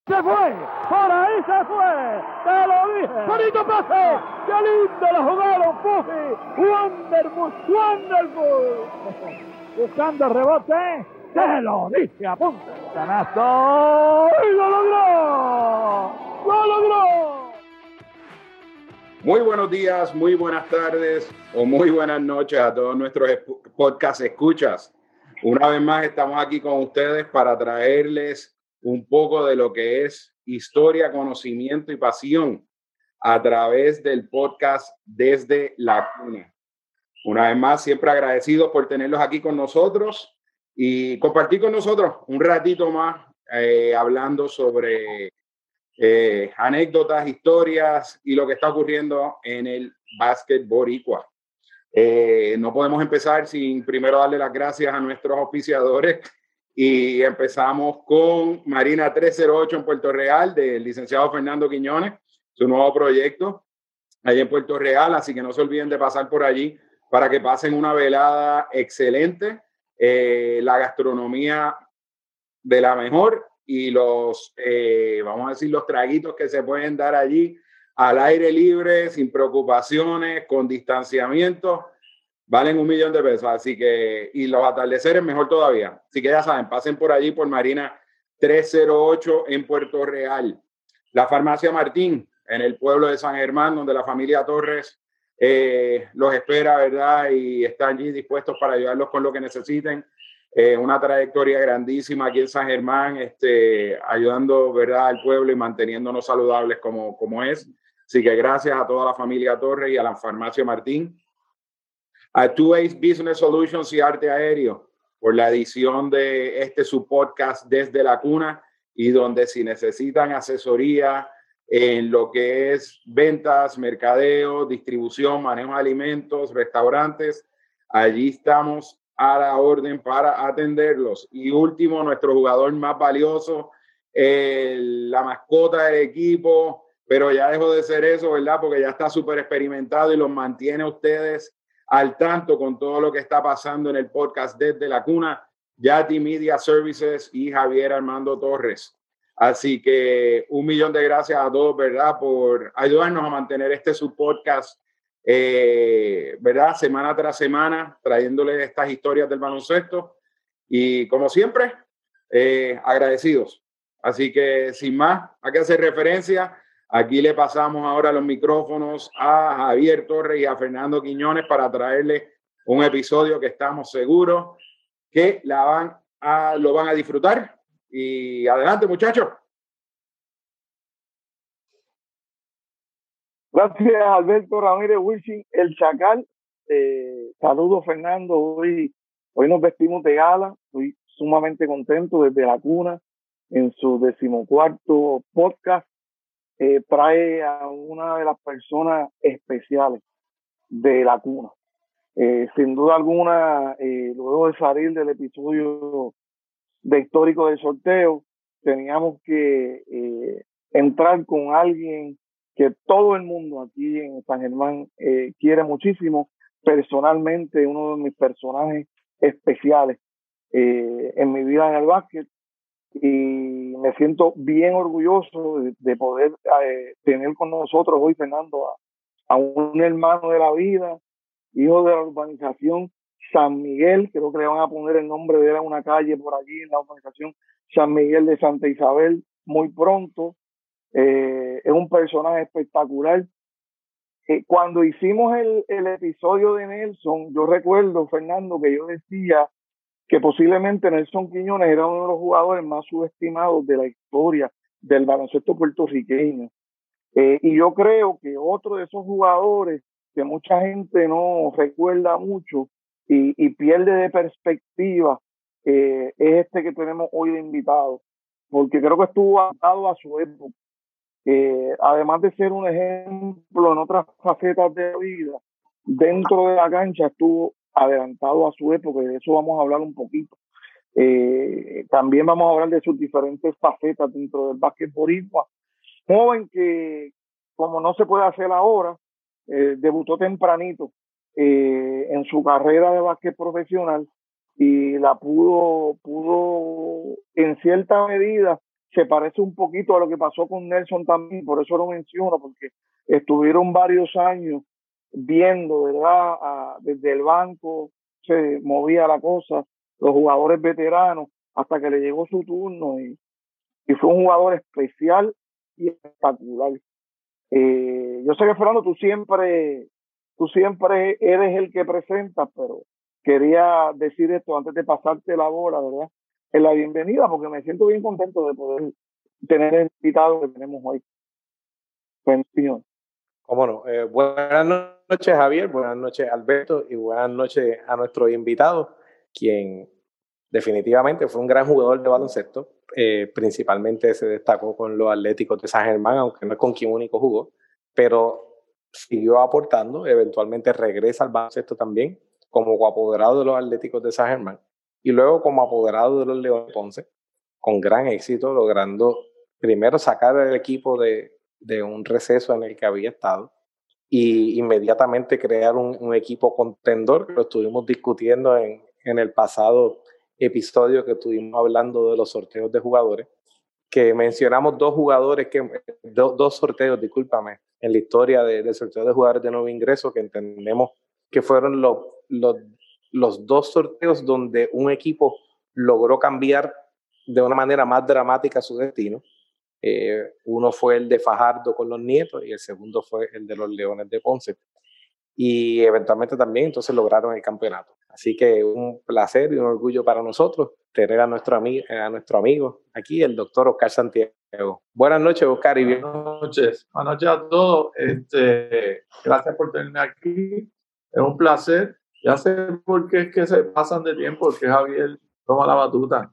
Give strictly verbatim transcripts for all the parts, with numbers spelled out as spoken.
Se fue, por ahí se fue, te lo dije. Bonito pase, qué lindo lo jugaron, Puffy. Wonderful, wonderful. Buscando el rebote, te lo dije, apunta. Canasto, y lo logró, lo logró. Muy buenos días, muy buenas tardes o muy buenas noches a todos nuestros podcast escuchas. Una vez más estamos aquí con ustedes para traerles un poco de lo que es historia, conocimiento y pasión a través del podcast Desde la Cuna. Una vez más, siempre agradecidos por tenerlos aquí con nosotros y compartir con nosotros un ratito más eh, hablando sobre eh, anécdotas, historias y lo que está ocurriendo en el básquet boricua. Eh, no podemos empezar sin primero darle las gracias a nuestros auspiciadores. Y empezamos con Marina trescientos ocho en Puerto Real, del licenciado Fernando Quiñones, su nuevo proyecto allá en Puerto Real. Así que no se olviden de pasar por allí para que pasen una velada excelente. Eh, la gastronomía de la mejor y los, eh, vamos a decir, los traguitos que se pueden dar allí al aire libre, sin preocupaciones, con distanciamiento. Valen un millón de pesos, así que, y los atardeceres mejor todavía. Así que ya saben, pasen por allí por Marina trescientos ocho en Puerto Real. La Farmacia Martín, en el pueblo de San Germán, donde la familia Torres eh, los espera, ¿verdad? Y están allí dispuestos para ayudarlos con lo que necesiten. Eh, una trayectoria grandísima aquí en San Germán, este, ayudando, ¿verdad?, al pueblo y manteniéndonos saludables como, como es. Así que gracias a toda la familia Torres y a la Farmacia Martín. A Two Ace Business Solutions y Arte Aéreo por la edición de este su podcast Desde la Cuna, y donde si necesitan asesoría en lo que es ventas, mercadeo, distribución, manejo de alimentos, restaurantes, allí estamos a la orden para atenderlos. Y último, nuestro jugador más valioso, el, la mascota del equipo, pero ya dejó de ser eso, ¿verdad? Porque ya está súper experimentado y los mantiene a ustedes al tanto con todo lo que está pasando en el podcast Desde la Cuna, Yati Media Services y Javier Armando Torres. Así que un millón de gracias a todos, ¿verdad?, por ayudarnos a mantener este su podcast, eh, ¿verdad?, semana tras semana, trayéndoles estas historias del baloncesto. Y como siempre, eh, agradecidos. Así que sin más, hay que hacer referencia. Aquí le pasamos ahora los micrófonos a Javier Torres y a Fernando Quiñones para traerle un episodio que estamos seguros que la van a, lo van a disfrutar. Y adelante, muchachos. Gracias, Alberto Ramírez Wilson, el Chacal. Eh, saludos, Fernando. Hoy, hoy nos vestimos de gala. Estoy sumamente contento desde la cuna en su decimocuarto podcast. Eh, trae a una de las personas especiales de la cuna. Eh, sin duda alguna, eh, luego de salir del episodio de histórico del sorteo, teníamos que eh, entrar con alguien que todo el mundo aquí en San Germán eh, quiere muchísimo. Personalmente, uno de mis personajes especiales eh, en mi vida en el básquet. Y me siento bien orgulloso de, de poder eh, tener con nosotros hoy, Fernando, a, a un hermano de la vida, hijo de la urbanización San Miguel. Creo que le van a poner el nombre de él a una calle por aquí en la urbanización San Miguel de Santa Isabel muy pronto. Eh, es un personaje espectacular. Eh, cuando hicimos el, el episodio de Nelson, yo recuerdo, Fernando, que yo decía que posiblemente Nelson Quiñones era uno de los jugadores más subestimados de la historia del baloncesto puertorriqueño. Eh, y yo creo que otro de esos jugadores que mucha gente no recuerda mucho y, y pierde de perspectiva eh, es este que tenemos hoy de invitado, porque creo que estuvo adaptado a su época. Eh, además de ser un ejemplo en otras facetas de la vida, dentro de la cancha estuvo adelantado a su época, y de eso vamos a hablar un poquito. Eh, también vamos a hablar de sus diferentes facetas dentro del básquet boricua. Joven que, como no se puede hacer ahora, eh, debutó tempranito eh, en su carrera de básquet profesional y la pudo, pudo en cierta medida se parece un poquito a lo que pasó con Nelson también, por eso lo menciono, porque estuvieron varios años viendo, ¿verdad? A, desde el banco se movía la cosa, los jugadores veteranos, hasta que le llegó su turno y, y fue un jugador especial y espectacular. Eh, yo sé que, Fernando, tú siempre, tú siempre eres el que presentas, pero quería decir esto antes de pasarte la bola, ¿verdad? En la bienvenida, porque me siento bien contento de poder tener el invitado que tenemos hoy. Bendición. Cómo no. Eh, buenas noches, Javier, buenas noches, Alberto, y buenas noches a nuestro invitado, quien definitivamente fue un gran jugador de baloncesto. Eh, principalmente se destacó con los Atléticos de San Germán, aunque no es con quien único jugó, pero siguió aportando. Eventualmente regresa al baloncesto también como coapoderado de los Atléticos de San Germán y luego como apoderado de los Leones de Ponce, con gran éxito, logrando primero sacar al equipo de, de un receso en el que había estado y inmediatamente crear un, un equipo contendor, que lo estuvimos discutiendo en, en el pasado episodio que estuvimos hablando de los sorteos de jugadores, que mencionamos dos jugadores, que do, dos sorteos, discúlpame, en la historia de, del sorteo de jugadores de nuevo ingreso, que entendemos que fueron los, los, los dos sorteos donde un equipo logró cambiar de una manera más dramática su destino. Eh, uno fue el de Fajardo con los Nietos y el segundo fue el de los Leones de Ponce. Y eventualmente también entonces lograron el campeonato. Así que un placer y un orgullo para nosotros tener a nuestro, ami a nuestro amigo aquí, el doctor Oscar Santiago. Buenas noches, Oscar. Y bien. Buenas noches. Buenas noches a todos. Este, gracias por tenerme aquí. Es un placer. Ya sé por qué es que se pasan de tiempo, porque Javier toma la batuta.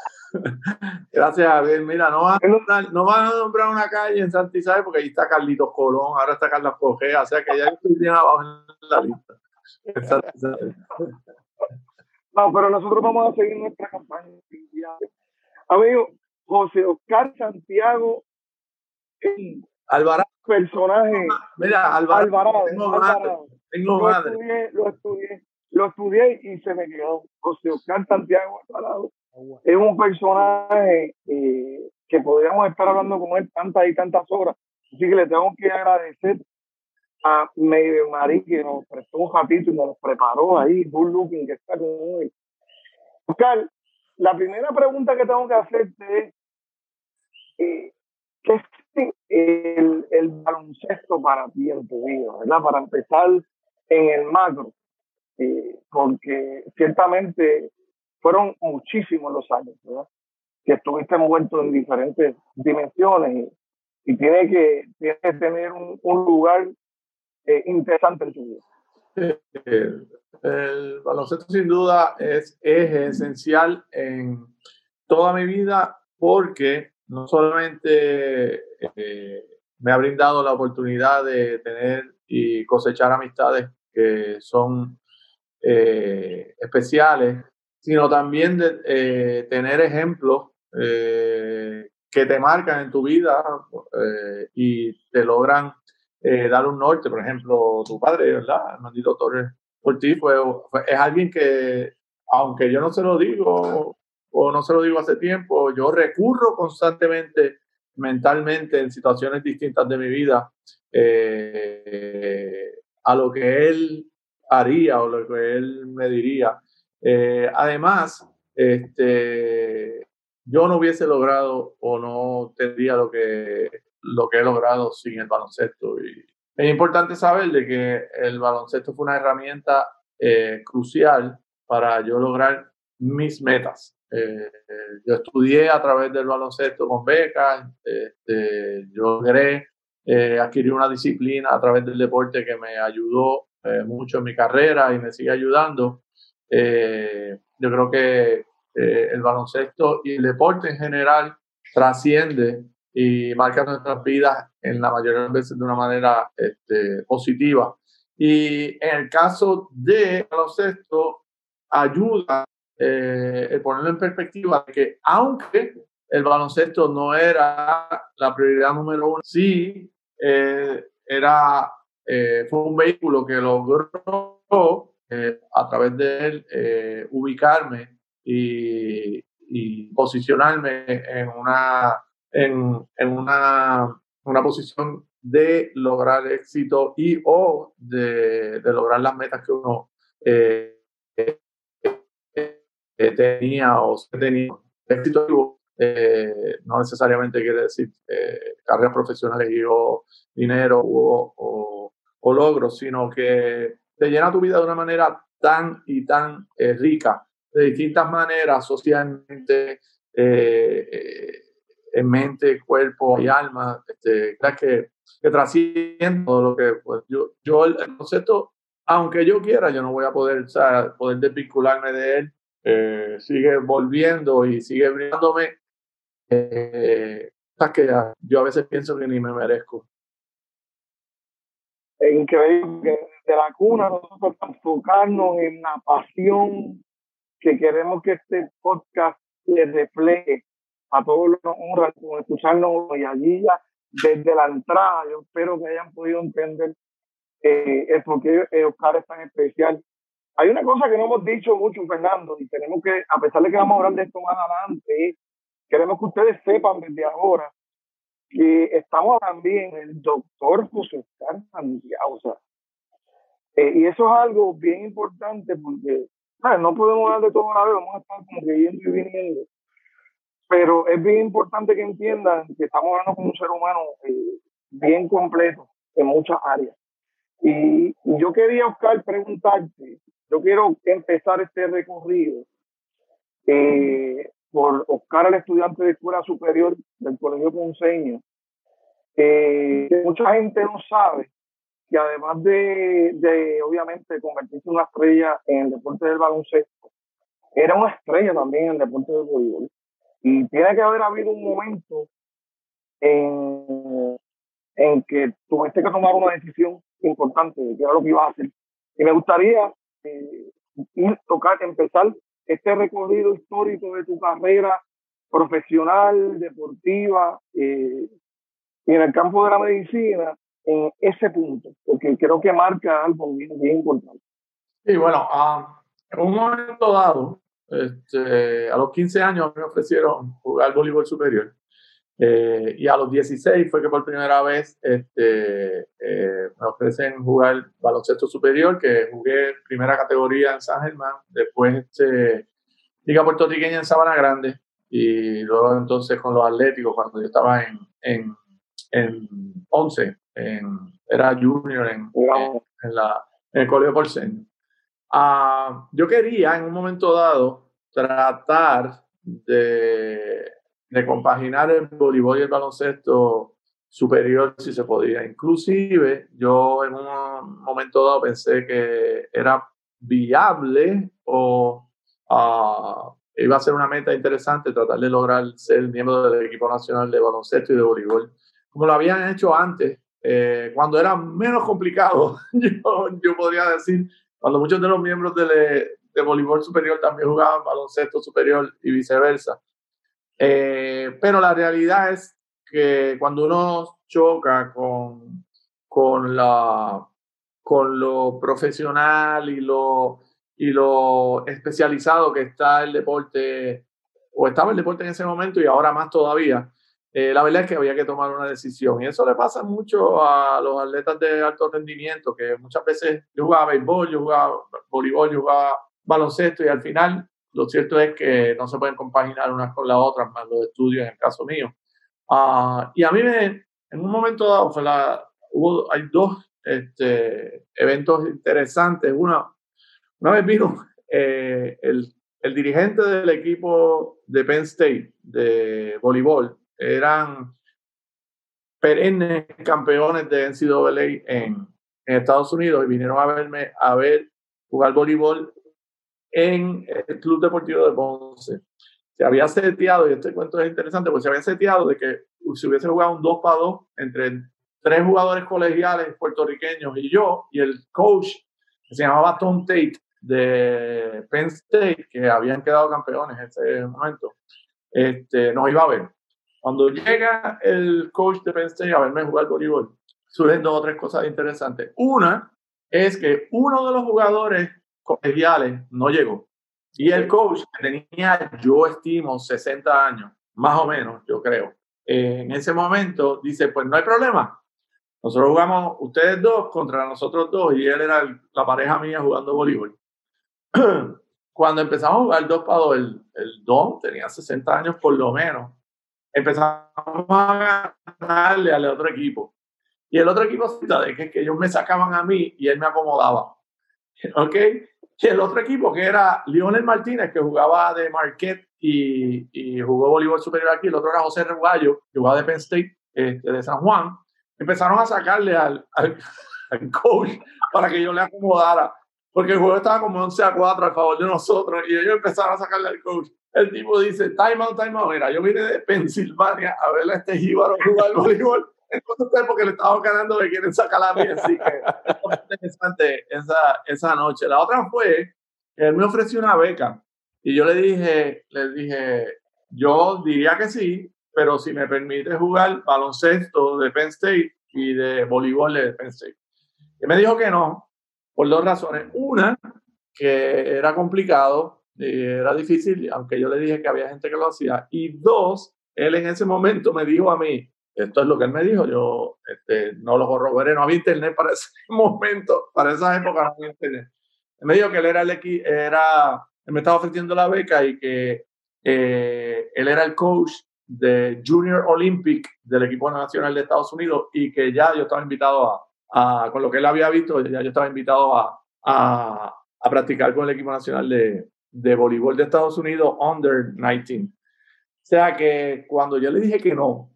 Gracias, Javier. Mira, no van, a nombrar, no van a nombrar una calle en Santa Isabel porque ahí está Carlitos Colón, ahora está Carlos Cogea, o sea que ya estoy bien abajo en la lista. No, pero nosotros vamos a seguir nuestra campaña. Amigo, José Oscar Santiago, el Alvarado. Personaje. Mira, Alvarado. Alvarado, Tengo Alvarado. madre. Tengo lo, madre. Estudié, lo estudié, lo estudié y se me quedó. José Oscar Santiago Alvarado. Es un personaje eh, que podríamos estar hablando con él tantas y tantas horas. Así que le tengo que agradecer a Medio Marí que nos prestó un ratito y nos preparó ahí, good looking, que está con hoy. Oscar, la primera pregunta que tengo que hacerte es eh, ¿qué es el, el baloncesto para ti en tu vida? ¿Verdad? Para empezar en el macro, eh, porque ciertamente fueron muchísimos los años, ¿verdad?, que estuviste envuelto en diferentes dimensiones y, y tiene, que, tiene que tener un, un lugar eh, interesante en tu vida. El, el baloncesto sin duda es, es esencial en toda mi vida porque no solamente eh, me ha brindado la oportunidad de tener y cosechar amistades que son eh, especiales, sino también de eh, tener ejemplos eh, que te marcan en tu vida eh, y te logran eh, dar un norte. Por ejemplo, tu padre, ¿verdad? Armandito Torres Ortiz fue, fue, es alguien que, aunque yo no se lo digo o no se lo digo hace tiempo, yo recurro constantemente mentalmente en situaciones distintas de mi vida eh, a lo que él haría o lo que él me diría. Eh, además, este, yo no hubiese logrado o no tendría lo que, lo que he logrado sin el baloncesto. Y es importante saber de que el baloncesto fue una herramienta eh, crucial para yo lograr mis metas. Eh, yo estudié a través del baloncesto con becas, este, yo logré eh, adquirir una disciplina a través del deporte que me ayudó eh, mucho en mi carrera y me sigue ayudando. Eh, yo creo que eh, el baloncesto y el deporte en general trasciende y marca nuestras vidas en la mayoría de las veces de una manera este, positiva. Y en el caso del baloncesto, ayuda eh, el ponerlo en perspectiva de que aunque el baloncesto no era la prioridad número uno, sí eh, era, eh, fue un vehículo que logró eh, a través de él eh, ubicarme y, y posicionarme en una, en, en una, una posición de lograr éxito y o de, de lograr las metas que uno eh, eh, tenía o se tenía. Éxito eh, no necesariamente quiere decir eh, carreras profesionales y o dinero o, o, o logros, sino que te llena tu vida de una manera tan y tan eh, rica, de distintas maneras, socialmente, eh, eh, en mente, cuerpo y alma, este, que, que trasciende todo lo que pues, yo, yo el, el concepto, aunque yo quiera, yo no voy a poder, o sea, poder desvincularme de él. Eh, sigue volviendo y sigue brindándome eh, que yo a veces pienso que ni me merezco. Es increíble que desde la cuna nosotros enfocarnos en la pasión que queremos que este podcast le refleje a todos los que nos honran con escucharnos y allí ya desde la entrada yo espero que hayan podido entender eh, el por qué Oscar es tan especial. Hay una cosa que no hemos dicho mucho, Fernando, y tenemos que, a pesar de que vamos a hablar de esto más adelante, queremos que ustedes sepan desde ahora que estamos también el doctor José Oscar Santiago. O sea, eh, y eso es algo bien importante porque ¿sabes? No podemos hablar de todo a la vez, vamos a estar como que yendo y viniendo. Pero es bien importante que entiendan que estamos hablando con un ser humano eh, bien completo en muchas áreas. Y, y yo quería, Oscar, preguntarte, yo quiero empezar este recorrido eh, por Oscar, el estudiante de escuela superior del Colegio Ponceño. Eh, mucha gente no sabe que además de, de, obviamente, convertirse en una estrella en el deporte del baloncesto, era una estrella también en el deporte del voleibol. Y tiene que haber habido un momento en, en que tuviste que tomar una decisión importante de qué era lo que ibas a hacer. Y me gustaría eh, ir, tocar, empezar este recorrido histórico de tu carrera profesional, deportiva, eh, y en el campo de la medicina, en ese punto, porque creo que marca algo bien, bien importante. Sí, bueno, um, en un momento dado, este, a los quince años me ofrecieron jugar voleibol superior. Eh, y a los dieciséis fue que por primera vez este, eh, me ofrecen jugar baloncesto superior, que jugué primera categoría en San Germán, después este, Liga Puertorriqueña en Sabana Grande, y luego entonces con los Atléticos, cuando yo estaba en, en, en once, en, era junior en, en, en, la, en el Colegio Ponceño. Uh, yo quería en un momento dado tratar de, de compaginar el voleibol y el baloncesto superior si se podía. Inclusive yo en un momento dado pensé que era viable o uh, iba a ser una meta interesante tratar de lograr ser miembro del equipo nacional de baloncesto y de voleibol, como lo habían hecho antes, eh, cuando era menos complicado, yo, yo podría decir, cuando muchos de los miembros de, de voleibol superior también jugaban baloncesto superior y viceversa. Eh, pero la realidad es que cuando uno choca con, con, la, con lo profesional y lo, y lo especializado que está el deporte, o estaba el deporte en ese momento y ahora más todavía, Eh, la verdad es que había que tomar una decisión, y eso le pasa mucho a los atletas de alto rendimiento, que muchas veces yo jugaba béisbol, yo jugaba voleibol, yo jugaba baloncesto, y al final lo cierto es que no se pueden compaginar unas con las otras, más los estudios en el caso mío. Uh, y a mí me, en un momento dado fue la, hubo, hay dos este, eventos interesantes. Una, una vez vino eh, el, el dirigente del equipo de Penn State de voleibol, eran perennes campeones de N C A A en, en Estados Unidos, y vinieron a verme a ver jugar voleibol en el Club Deportivo de Ponce. Se había seteado, y este cuento es interesante, porque se había seteado de que se hubiese jugado un dos para dos entre tres jugadores colegiales puertorriqueños y yo, y el coach que se llamaba Tom Tate de Penn State, que habían quedado campeones en ese momento, este, nos iba a ver. Cuando llega el coach de Penn State a verme jugar voleibol, surgen dos o tres cosas interesantes. Una es que uno de los jugadores colegiales no llegó. Y el coach que tenía, yo estimo, sesenta años, más o menos, yo creo. Eh, en ese momento dice, pues no hay problema. Nosotros jugamos ustedes dos contra nosotros dos y él era el, la pareja mía jugando voleibol. Cuando empezamos a jugar dos para dos, el, el Don tenía sesenta años por lo menos. Empezamos a ganarle al otro equipo. Y el otro equipo, de que, que ellos me sacaban a mí y él me acomodaba. ¿Ok? Y el otro equipo, que era Lionel Martínez, que jugaba de Marquette y, y jugó voleibol superior aquí. El otro era José Reguayo, que jugaba de Penn State, este, de San Juan. Empezaron a sacarle al, al, al coach para que yo le acomodara. Porque el juego estaba como once a cuatro a favor de nosotros. Y ellos empezaron a sacarle al coach. El tipo dice, time out, time out. Mira, yo vine de Pensilvania a verle a este jíbaro jugar voleibol. Entonces, porque le estaba ganando, le quieren sacar a mí. Así que fue interesante esa, esa noche. La otra fue que él me ofreció una beca. Y yo le dije, le dije, yo diría que sí, pero si me permite jugar baloncesto de Penn State y de voleibol de Penn State. Y me dijo que no, por dos razones. Una, que era complicado, era difícil, aunque yo le dije que había gente que lo hacía. Y dos, él en ese momento me dijo a mí, esto es lo que él me dijo, yo este, no lo corroboré, no había internet para ese momento, para esa época no había internet. Él me dijo que él era el equi- era, él me estaba ofreciendo la beca y que eh, él era el coach de Junior Olympic del equipo nacional de Estados Unidos y que ya yo estaba invitado a, a con lo que él había visto, ya yo estaba invitado a, a, a practicar con el equipo nacional de, de voleibol de Estados Unidos under diecinueve. O sea que cuando yo le dije que no,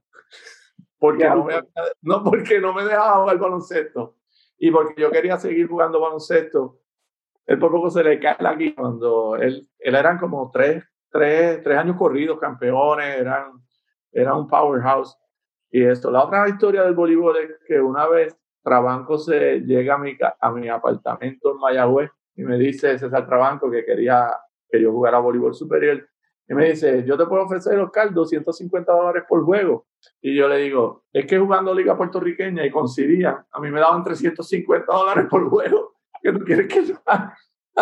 porque no, me, no porque no me dejaba jugar baloncesto y porque yo quería seguir jugando baloncesto, él por poco se le cae aquí cuando él, él eran como tres, tres, tres años corridos, campeones, eran, eran un powerhouse y esto. La otra historia del voleibol es que una vez Trabanco se llega a mi, a mi apartamento en Mayagüez y me dice César Trabanco que quería que yo jugara voleibol superior y me dice, yo te puedo ofrecer, Oscar, doscientos cincuenta dólares por juego. Y yo le digo, es que jugando liga puertorriqueña y con Siria, a mí me daban trescientos cincuenta dólares por juego. ¿Qué tú quieres que yo haga?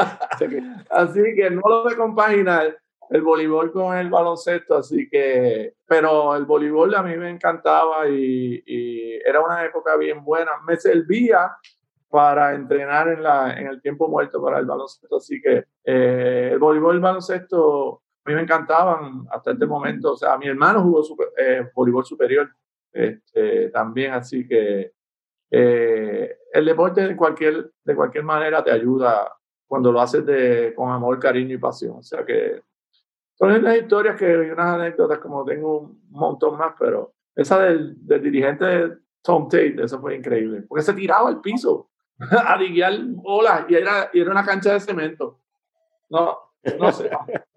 Así que no lo de compaginar el voleibol con el baloncesto, así que, pero el voleibol a mí me encantaba y, y era una época bien buena. Me servía para entrenar en, la, en el tiempo muerto para el baloncesto, así que eh, el voleibol y el baloncesto a mí me encantaban hasta este momento. O sea, mi hermano jugó super, eh, voleibol superior este, también, así que eh, el deporte de cualquier, de cualquier manera te ayuda cuando lo haces de, con amor, cariño y pasión. O sea que son unas historias que y unas anécdotas como tengo un montón más, pero esa del, del dirigente Tom Tate, eso fue increíble, porque se tiraba al piso a diguear bolas y era, y era una cancha de cemento. No, no sé.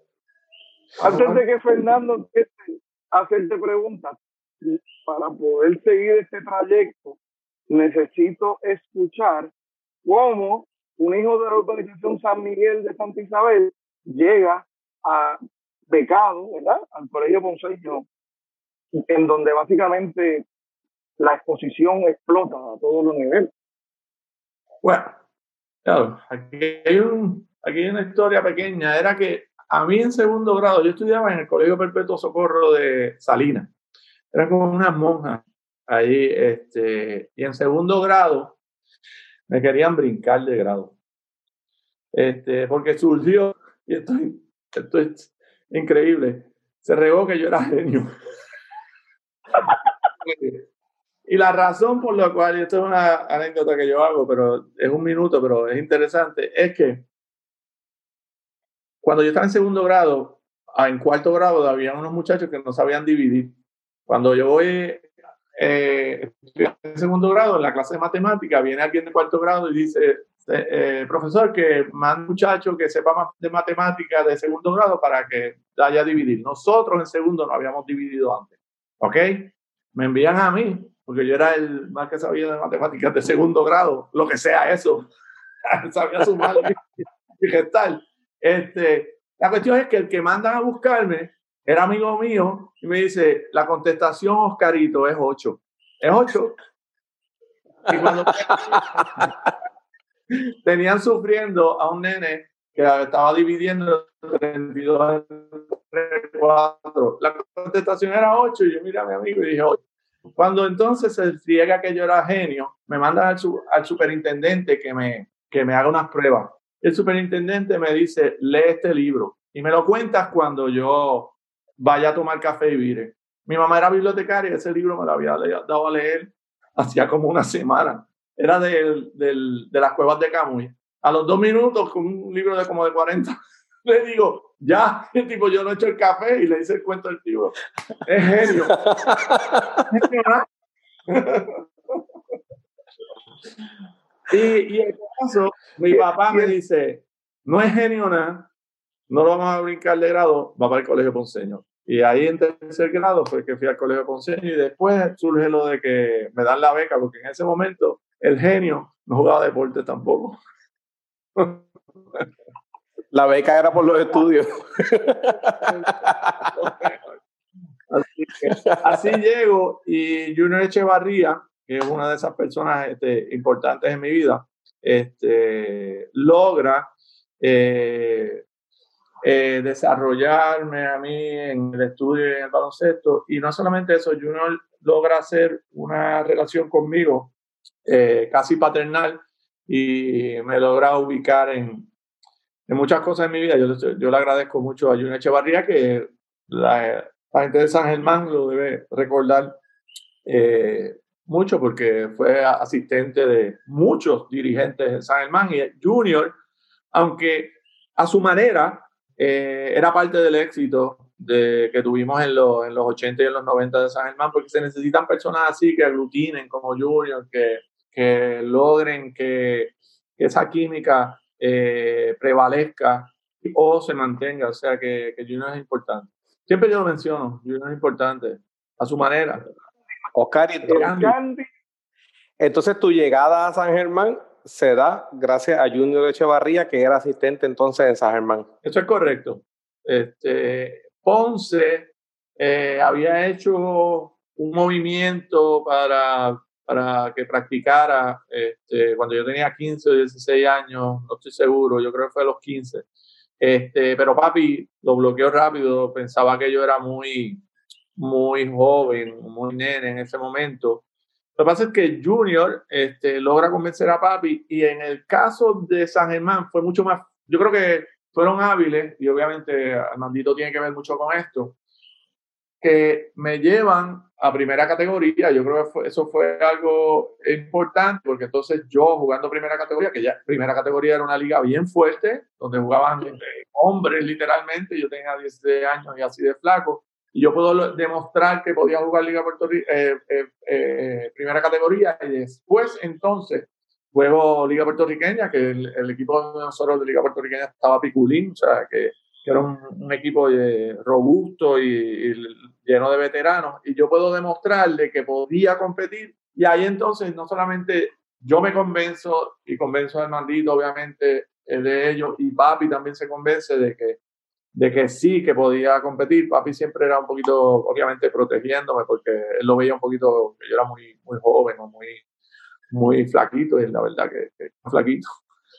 Antes de que Fernando empiece a hacerte preguntas, para poder seguir este trayecto, necesito escuchar cómo un hijo de la urbanización San Miguel de Santa Isabel llega a becado, ¿verdad?, al Colegio Ponceño, en donde básicamente la exposición explota a todos los niveles. Bueno, claro, aquí hay, un, aquí hay una historia pequeña. Era que a mí en segundo grado, yo estudiaba en el Colegio Perpetuo Socorro de Salinas. Eran como unas monjas ahí, este, y en segundo grado me querían brincar de grado. Este, porque surgió, y esto, esto es increíble, se regó que yo era genio. Y la razón por la cual, y esto es una anécdota que yo hago, pero es un minuto, pero es interesante, es que cuando yo estaba en segundo grado, en cuarto grado había unos muchachos que no sabían dividir. Cuando yo voy eh, en segundo grado, en la clase de matemática, viene alguien de cuarto grado y dice, eh, profesor, que más muchacho que sepa más de matemática de segundo grado para que haya dividir. Nosotros en segundo no habíamos dividido antes. ¿Ok? Me envían a mí, porque yo era el más que sabía de matemáticas de segundo grado, lo que sea eso. Sabía sumar y gestar. Este, la cuestión es que el que mandan a buscarme era amigo mío y me dice, la contestación, Oscarito, es ocho. Es ocho. Y cuando tenían sufriendo a un nene que estaba dividiendo treinta y dos entre cuatro. La contestación era ocho y yo miré a mi amigo y dije ocho. Cuando entonces se friega que yo era genio, me mandan al, su, al superintendente que me, que me haga unas pruebas. El superintendente me dice, lee este libro y me lo cuentas cuando yo vaya a tomar café y vire. Mi mamá era bibliotecaria y ese libro me lo había dado a leer hacía como una semana. Era de, de, de las cuevas de Camuy. A los dos minutos, con un libro de como de cuarenta, le digo, ya, el tipo, yo no he hecho el café y le hice el cuento del tipo. Es genio. y, y en caso, mi papá me dice, no es genio nada, no lo vamos a brincar de grado, va para el colegio ponceño. Y ahí en tercer grado fue que fui al colegio ponceño y después surge lo de que me dan la beca, porque en ese momento el genio no jugaba deporte tampoco. La beca era por los estudios. Así, que, así llego y Junior Echevarría, que es una de esas personas este, importantes en mi vida, este, logra eh, eh, desarrollarme a mí en el estudio y en el baloncesto. Y no solamente eso, Junior logra hacer una relación conmigo eh, casi paternal y me logra ubicar en, en muchas cosas en mi vida. Yo, yo le agradezco mucho a Junior Echevarría, que la, la gente de San Germán lo debe recordar eh, mucho porque fue asistente de muchos dirigentes de San Germán. Y Junior, aunque a su manera eh, era parte del éxito de, que tuvimos en, lo, en los ochenta y en los noventa de San Germán, porque se necesitan personas así que aglutinen como Junior, que, que logren que, que esa química eh, prevalezca o se mantenga. O sea que, que Junior es importante. Siempre yo lo menciono, Junior es importante a su manera. Oscar, entonces tu llegada a San Germán se da gracias a Junior Echevarría, que era asistente entonces en San Germán. Eso es correcto. Este, Ponce eh, había hecho un movimiento para, para que practicara este, cuando yo tenía quince o dieciséis años, no estoy seguro, yo creo que fue a los quince. Este, pero papi lo bloqueó rápido, pensaba que yo era muy, muy joven, muy nene en ese momento. Lo que pasa es que Junior este, logra convencer a papi, y en el caso de San Germán fue mucho más, yo creo que fueron hábiles, y obviamente Armandito tiene que ver mucho con esto, que me llevan a primera categoría. Yo creo que fue, eso fue algo importante, porque entonces yo jugando primera categoría, que ya primera categoría era una liga bien fuerte, donde jugaban hombres literalmente, yo tenía dieciséis años y así de flaco, y yo puedo demostrar que podía jugar Liga Puerto Rico, eh, eh, eh, primera categoría, y después entonces juego Liga Puertorriqueña, que el, el equipo de nosotros de Liga Puertorriqueña estaba piculín, o sea, que, que era un, un equipo eh, robusto y, y lleno de veteranos, y yo puedo demostrarle que podía competir, y ahí entonces no solamente yo me convenzo y convenzo a Armandito, obviamente, eh, de ello, y papi también se convence de que de que sí, que podía competir. Papi siempre era un poquito, obviamente, protegiéndome, porque él lo veía un poquito, que yo era muy, muy joven o muy, muy flaquito, y la verdad que, que flaquito.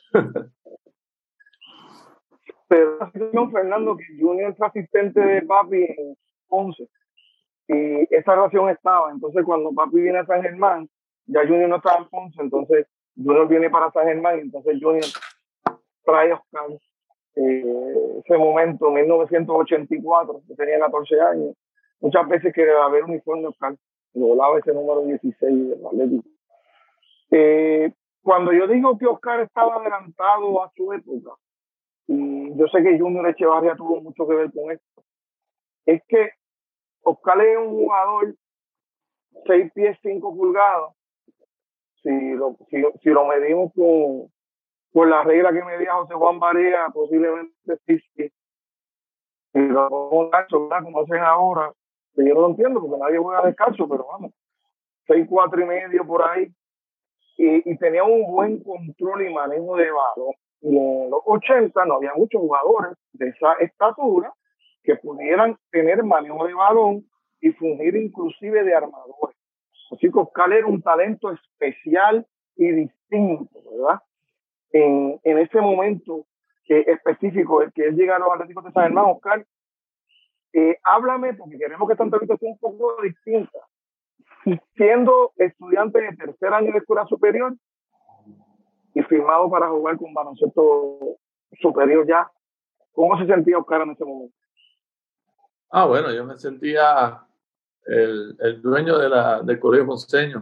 Pero la Fernando, que Junior fue asistente de papi en Ponce, y esa relación estaba. Entonces, cuando papi viene a San Germán, ya Junior no estaba en Ponce, entonces Junior viene para San Germán, y entonces Junior trae a Oscar. Eh, ese momento, mil novecientos ochenta y cuatro, yo tenía catorce años, muchas veces quería ver uniforme Oscar, y volaba ese número dieciséis del Atlético. Eh, cuando yo digo que Oscar estaba adelantado a su época, y yo sé que Junior Echevarría tuvo mucho que ver con esto, es que Oscar es un jugador seis pies cinco pulgadas, si lo, si, si lo medimos con por la regla que medía José Juan Barea, posiblemente sí, sí. Y lo pongo descalzo, ¿verdad? Como hacen ahora, que yo no lo entiendo porque nadie juega descalzo, pero vamos, seis, cuatro y medio por ahí. Y, y tenía un buen control y manejo de balón. Y en los ochenta no había muchos jugadores de esa estatura que pudieran tener manejo de balón y fungir inclusive de armadores. Así que Oscar era un talento especial y distinto, ¿verdad? En, en ese momento eh, específico, el que él llega a los Atléticos de San Germán. Oscar, eh, háblame, porque queremos que esta entrevista sea un poco distinta. Siendo estudiante de tercer año de escuela superior y firmado para jugar con baloncesto superior ya, ¿cómo se sentía Oscar en ese momento? Ah, bueno, yo me sentía el, el dueño de la, del Colegio Ponceño.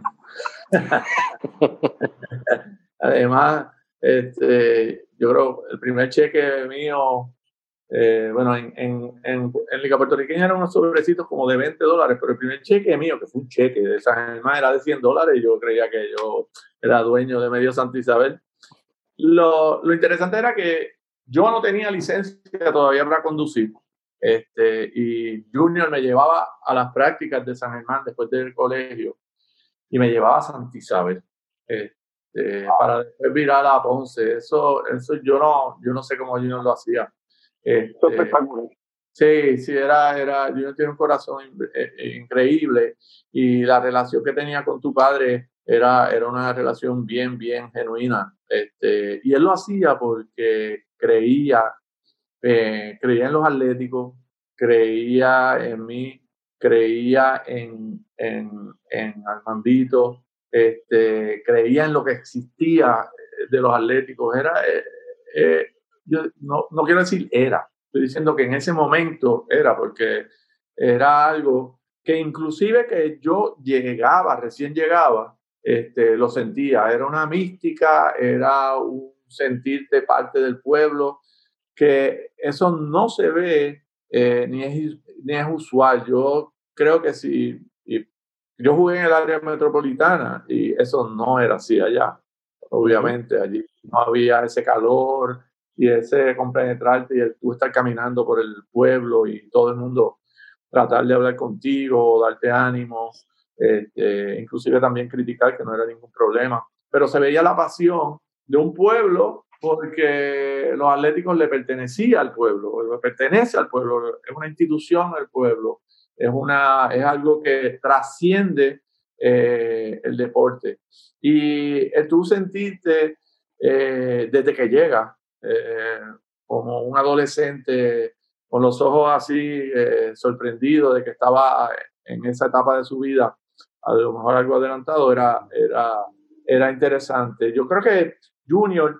Además, este, yo creo el primer cheque mío, eh, bueno, en, en, en, en Liga Puertorriqueña eran unos sobrecitos como de veinte dólares, pero el primer cheque mío, que fue un cheque de San Germán, era de cien dólares y yo creía que yo era dueño de medio Santa Isabel. Lo, lo interesante era que yo no tenía licencia todavía para conducir. Este, y Junior me llevaba a las prácticas de San Germán después del colegio y me llevaba a Santa Isabel este, para después virar a Ponce. Eso, eso yo no, yo no sé cómo Junior lo hacía. Este, espectacular. Sí, sí, era, era, Junior tiene un corazón increíble y la relación que tenía con tu padre era, era una relación bien, bien genuina. Este, y él lo hacía porque creía, eh, creía en los atléticos, creía en mí, creía en, en, en Armandito, este, creía en lo que existía de los atléticos. Era, eh, eh, yo no, no quiero decir era, estoy diciendo que en ese momento era, porque era algo que inclusive que yo llegaba, recién llegaba, este, lo sentía. Era una mística, era un sentirte parte del pueblo, que eso no se ve eh, ni, es, ni es usual. Yo creo que si y yo jugué en el área metropolitana y eso no era así allá. Obviamente allí no había ese calor y ese compenetrarte y el tú estar caminando por el pueblo y todo el mundo tratar de hablar contigo, darte ánimo, este, inclusive también criticar, que no era ningún problema. Pero se veía la pasión de un pueblo porque los Atléticos le pertenecía al pueblo, le pertenece al pueblo, es una institución del pueblo, es, una, es algo que trasciende eh, el deporte. Y tú sentiste eh, desde que llegas eh, como un adolescente con los ojos así eh, sorprendido de que estaba en esa etapa de su vida, a lo mejor algo adelantado, era, era, era interesante. Yo creo que Junior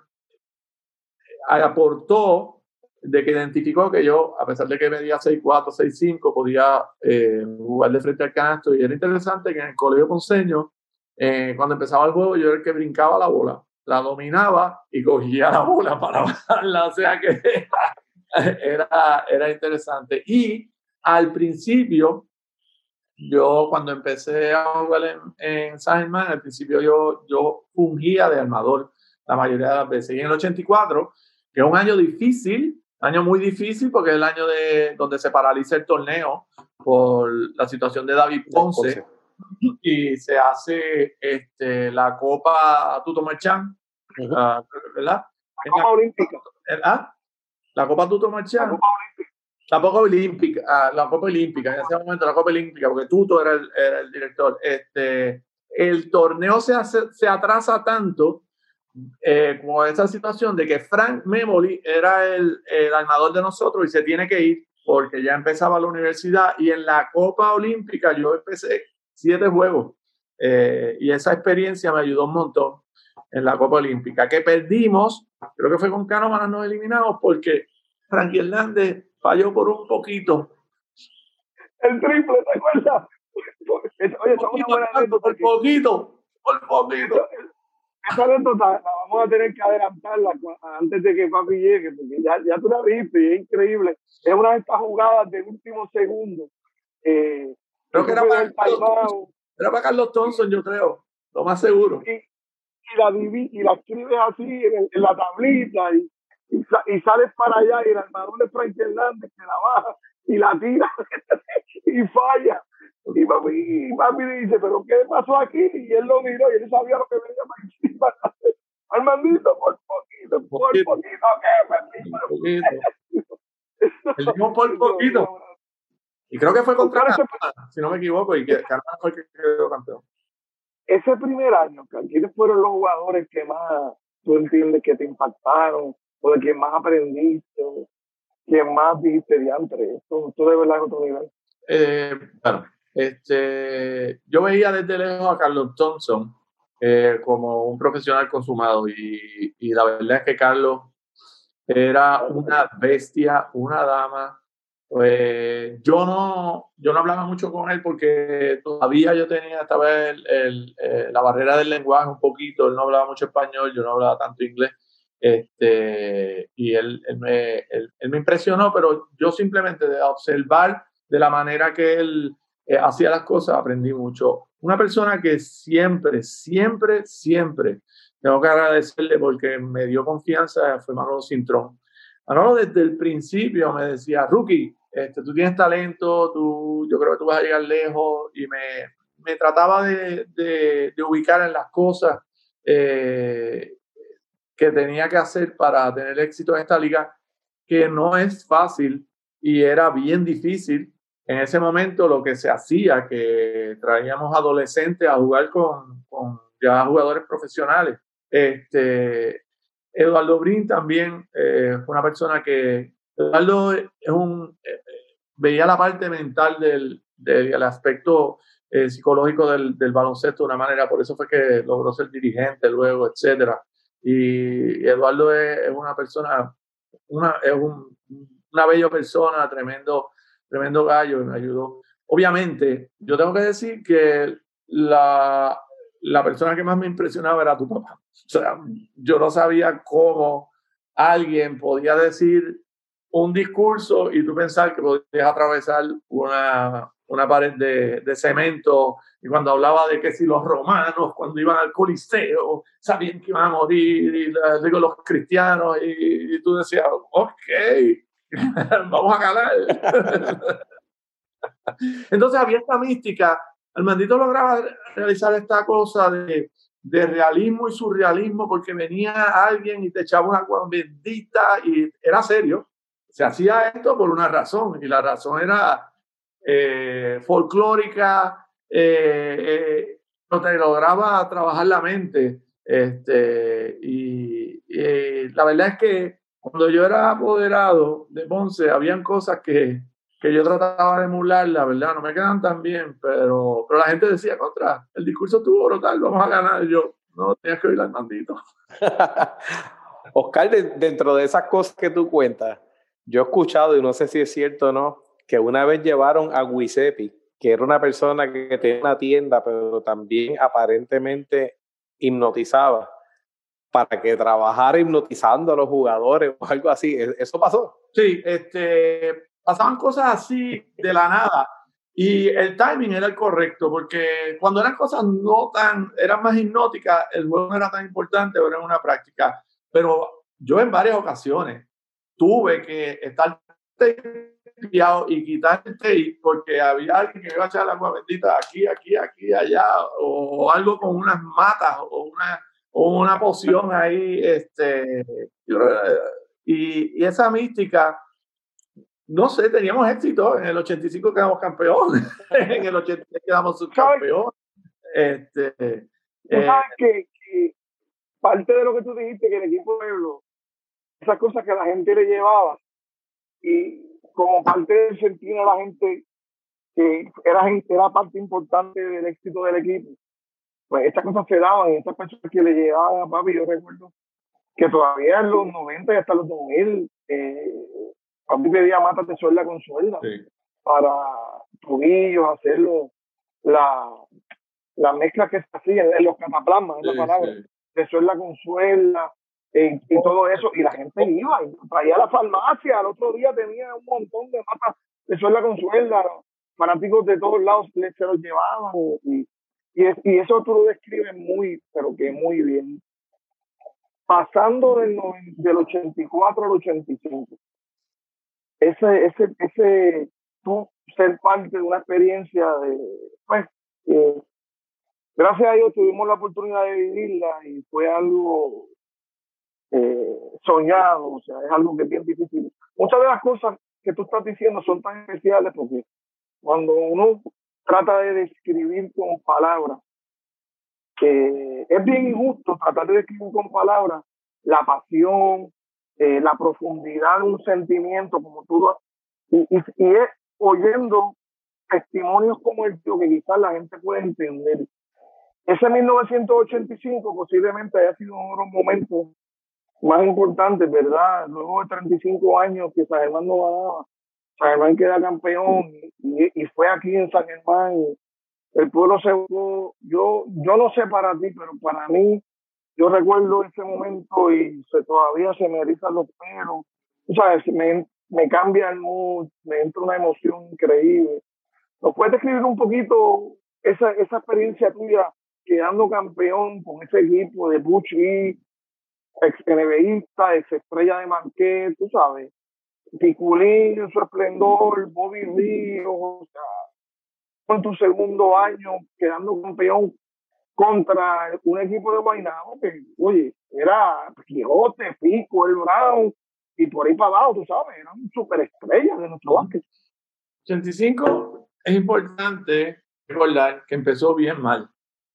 aportó de que identificó que yo, a pesar de que medía seis cuatro, seis cinco, podía eh, jugar de frente al canasto. Y era interesante que en el Colegio Ponceño, eh, cuando empezaba el juego, yo era el que brincaba la bola, la dominaba y cogía la bola para bajarla. O sea que era, era interesante. Y al principio, yo cuando empecé a jugar en, en San Germán, al principio yo, yo fungía de armador la mayoría de las veces. Y en el ochenta y cuatro, que es un año difícil, año muy difícil porque es el año de, donde se paraliza el torneo por la situación de David Ponce, Ponce. Y se hace este, la Copa Tuto Marchán, uh-huh. uh, ¿verdad? La Copa la, Olímpica. ¿Ah? La Copa Tuto Marchán. La Copa Olímpica. La Copa Olímpica, ah, la Copa Olímpica, en ese momento la Copa Olímpica, porque Tuto era el, era el director. Este, el torneo se, hace, se atrasa tanto eh, con esa situación de que Frank Memoli era el, el armador de nosotros y se tiene que ir porque ya empezaba la universidad, y en la Copa Olímpica yo empecé siete juegos eh, y esa experiencia me ayudó un montón en la Copa Olímpica, que perdimos, creo que fue con Cánomanas, nos eliminamos porque Frankie Hernández falló por un poquito. El triple, ¿te acuerdas? Oye, estamos una buena anécdota. Por poquito, por poquito. Esa anécdota la vamos a tener que adelantarla antes de que papi llegue, porque ya, ya tú la viste y es increíble. Es una de estas jugadas de último segundo. Eh, creo que era para, Carlos, era para Carlos Thompson, yo creo, lo más seguro. Y, y, la, y la escribes así en, en la tablita y, y, y sales para allá y el armador de Frank Hernández que la baja y la tira y falla. Y papi, y papi dice, ¿pero qué pasó aquí? Y él lo miró y él sabía lo que venía para encima. Armandito, por poquito, por poquito, poquito ¿qué? Por poquito. Él dijo por poquito. Y creo que fue contra Canadá, si no me equivoco, y que Canadá fue el que quedó campeón. Ese primer año, ¿quiénes fueron los jugadores que más tú entiendes que te impactaron o de quien más aprendiste, o quien más dijiste diantre? Esto, esto de verdad es otro nivel. Eh, bueno, este, yo veía desde lejos a Carlos Thompson eh, como un profesional consumado y, y la verdad es que Carlos era una bestia, una dama. Pues yo no, yo no hablaba mucho con él porque todavía yo tenía esta vez el, el, eh, la barrera del lenguaje un poquito. Él no hablaba mucho español, yo no hablaba tanto inglés. Este, y él, él, me, él, él me impresionó, pero yo simplemente de observar de la manera que él eh, hacía las cosas aprendí mucho. Una persona que siempre, siempre, siempre tengo que agradecerle porque me dio confianza fue Manolo Cintrón. Manolo desde el principio me decía, Rookie, este, tú tienes talento, tú, yo creo que tú vas a llegar lejos, y me, me trataba de, de, de ubicar en las cosas eh, que tenía que hacer para tener éxito en esta liga, que no es fácil y era bien difícil. En ese momento lo que se hacía, que traíamos adolescentes a jugar con, con ya jugadores profesionales. Este, Eduardo Brin también eh, fue una persona que, Eduardo es un, eh, veía la parte mental del, del aspecto eh, psicológico del, del baloncesto de una manera, por eso fue que logró ser dirigente luego, etcétera. Y Eduardo es, es una persona, una, es un, una bella persona, tremendo, tremendo gallo, me ayudó. Obviamente, yo tengo que decir que la, la persona que más me impresionaba era tu papá. O sea, yo no sabía cómo alguien podía decir un discurso y tú pensar que podías atravesar una, una pared de, de cemento, y cuando hablaba de que si los romanos cuando iban al Coliseo sabían que iban a morir, y digo, los cristianos, y, y tú decías, ok, vamos a ganar. Entonces había esta mística. Armandito lograba realizar esta cosa de, de realismo y surrealismo porque venía alguien y te echaba una agua bendita y era serio. Se hacía esto por una razón, y la razón era eh, folclórica, eh, eh, no te lograba trabajar la mente. Este, y, y la verdad es que cuando yo era apoderado de Ponce, habían cosas que, que yo trataba de emular, la verdad, no me quedan tan bien, pero, pero la gente decía, contra, el discurso estuvo brutal, vamos a ganar. Y yo, no, tenías que oír al Mandito. Oscar, de, dentro de esas cosas que tú cuentas, yo he escuchado, y no sé si es cierto o no, que una vez llevaron a Giuseppe, que era una persona que tenía una tienda, pero también aparentemente hipnotizaba, para que trabajara hipnotizando a los jugadores o algo así. ¿Eso pasó? Sí, este, pasaban cosas así de la nada. Y el timing era el correcto, porque cuando eran cosas no tan, eran más hipnóticas, el juego no era tan importante, era una práctica. Pero yo en varias ocasiones tuve que estar tapeado y quitar el tape porque había alguien que iba a echar el agua bendita aquí, aquí, aquí, allá, o algo con unas matas o una, o una poción ahí. Este, y, y esa mística, no sé, teníamos éxito. En el ochenta y cinco quedamos campeones, en el ochenta y seis quedamos subcampeones. Este, tú eh, sabes que, que parte de lo que tú dijiste, que el equipo Pueblo, esas cosas que la gente le llevaba, y como parte del sentir de la gente que era, era parte importante del éxito del equipo, pues estas cosas se daban, y estas personas que le llevaban a papi, yo recuerdo que todavía en los noventa y hasta los dos mil, eh, papi pedía matas de suelda con suelda, sí, para tobillos, hacerlo, la, la mezcla que se hacía en los cataplasmas, sí, la palabra, sí, de suelda con suelda, eh, y todo eso, y la gente iba, y traía a la farmacia, al otro día tenía un montón de matas de suelda con suelda, fanáticos de todos lados se los llevaban, y, y, es, y eso tú lo describes muy, pero que muy bien. Pasando del, del ochenta y cuatro al ochenta y cinco, ese, ese, ese, tú ser parte de una experiencia de, pues, eh, gracias a Dios tuvimos la oportunidad de vivirla y fue algo eh, soñado, o sea, es algo que es bien difícil. Muchas de las cosas que tú estás diciendo son tan especiales porque cuando uno trata de describir con palabras, que es bien injusto tratar de describir con palabras la pasión, eh, la profundidad de un sentimiento, como tú lo, y, y, y es oyendo testimonios como el tuyo que quizás la gente puede entender. Ese mil novecientos ochenta y cinco posiblemente haya sido uno de los momentos más importantes, ¿verdad? Luego de treinta y cinco años que San Germán no ganaba, San Germán queda campeón y, y fue aquí en San Germán. El pueblo se... Yo, yo no sé para ti, pero para mí, yo recuerdo ese momento y se, todavía se me erizan los pelos. O sea, me, me cambia el mood, me entra una emoción increíble. ¿Nos puedes describir un poquito esa, esa experiencia tuya quedando campeón con ese equipo de Butch Lee, ex NBAista, ex estrella de Marquette, tú sabes, Piculín en su esplendor, Bobby Ríos, o sea, en tu segundo año quedando campeón contra un equipo de Guaynabo que, oye, era Quijote, Pico, el Brown y por ahí para abajo, tú sabes, eran superestrellas de nuestro básquet. ochenta y cinco es importante recordar que empezó bien mal.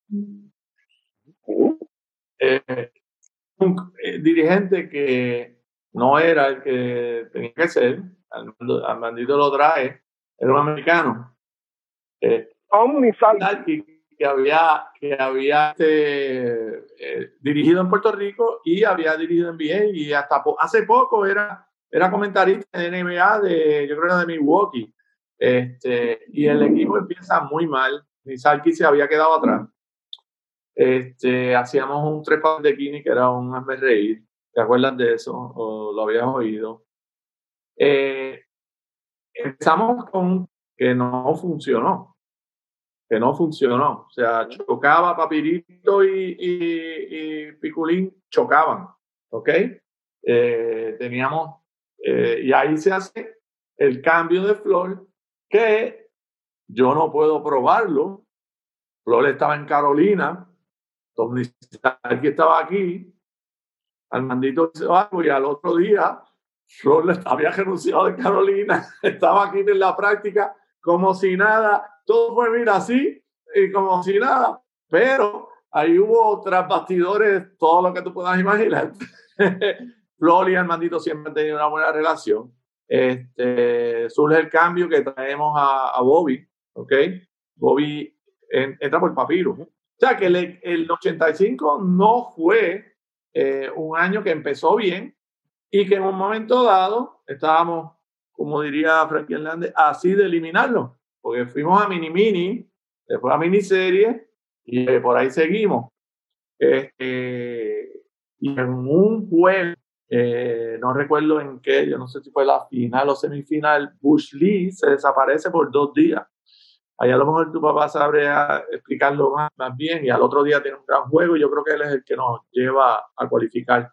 ¿Sí? Eh, un eh, dirigente que no era el que tenía que ser, Armandito lo trae, era un americano. Eh, Tom Misaki, que había, que había este, eh, dirigido en Puerto Rico y había dirigido en N B A y hasta po hace poco era, era comentarista de N B A de, yo creo, de Milwaukee. Este, y el equipo empieza muy mal. Misaki se había quedado atrás. Este, hacíamos un trepa de Kini que era un hazme reír. ¿Te acuerdas de eso? ¿O lo habías oído? Eh, empezamos con que no funcionó. Que no funcionó. O sea, chocaba Papirito y, y, y Piculín, chocaban. ¿Ok? Eh, teníamos, eh, y ahí se hace el cambio de Flor, que yo no puedo probarlo. Flor estaba en Carolina, Tony Stark estaba aquí, Armandito hizo algo y al otro día Flor había renunciado de Carolina, estaba aquí en la práctica como si nada, todo fue, mira, así, y como si nada, pero ahí hubo tras bastidores todo lo que tú puedas imaginar. Flor y Armandito siempre han tenido una buena relación. Este, surge el cambio que traemos a, a Bobby, ¿ok? Bobby en, entra por Papiro. O sea que el, el ochenta y cinco no fue eh, un año que empezó bien y que en un momento dado estábamos, como diría Frankie Hernández, así de eliminarlo, porque fuimos a mini mini, después a miniserie y eh, por ahí seguimos. Este, y en un juego, eh, no recuerdo en qué, yo no sé si fue la final o semifinal, Bush Lee se desaparece por dos días. Ahí a lo mejor tu papá sabría explicarlo más, más bien y al otro día tiene un gran juego y yo creo que él es el que nos lleva a cualificar.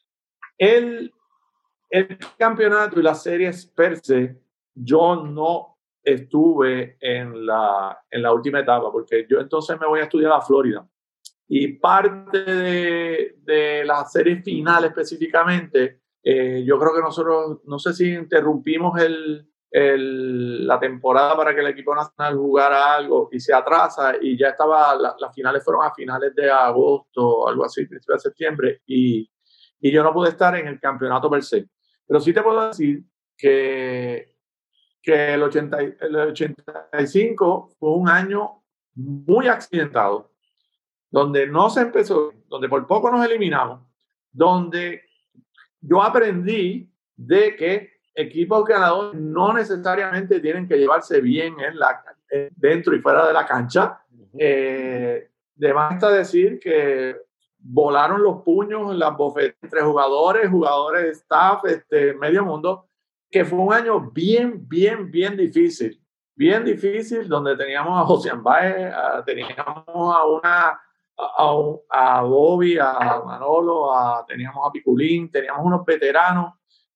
El, el campeonato y las series per se, yo no estuve en la, en la última etapa porque yo entonces me voy a estudiar a Florida y parte de, de las series finales específicamente, eh, yo creo que nosotros, no sé si interrumpimos el El, la temporada para que el equipo nacional jugara algo y se atrasa y ya estaba, la, las finales fueron a finales de agosto, algo así, principio de septiembre y, y yo no pude estar en el campeonato per se, pero sí te puedo decir que, que el, ochenta, el ochenta y cinco fue un año muy accidentado, donde no se empezó, donde por poco nos eliminamos, donde yo aprendí de que equipos ganadores no necesariamente tienen que llevarse bien en la, dentro y fuera de la cancha. Eh, de más está decir que volaron los puños, las bofetas entre jugadores, jugadores, staff, este, medio mundo, que fue un año bien, bien, bien difícil. Bien difícil, donde teníamos a José Ambae, teníamos a una... A, a Bobby, a Manolo, a, teníamos a Piculín, teníamos unos veteranos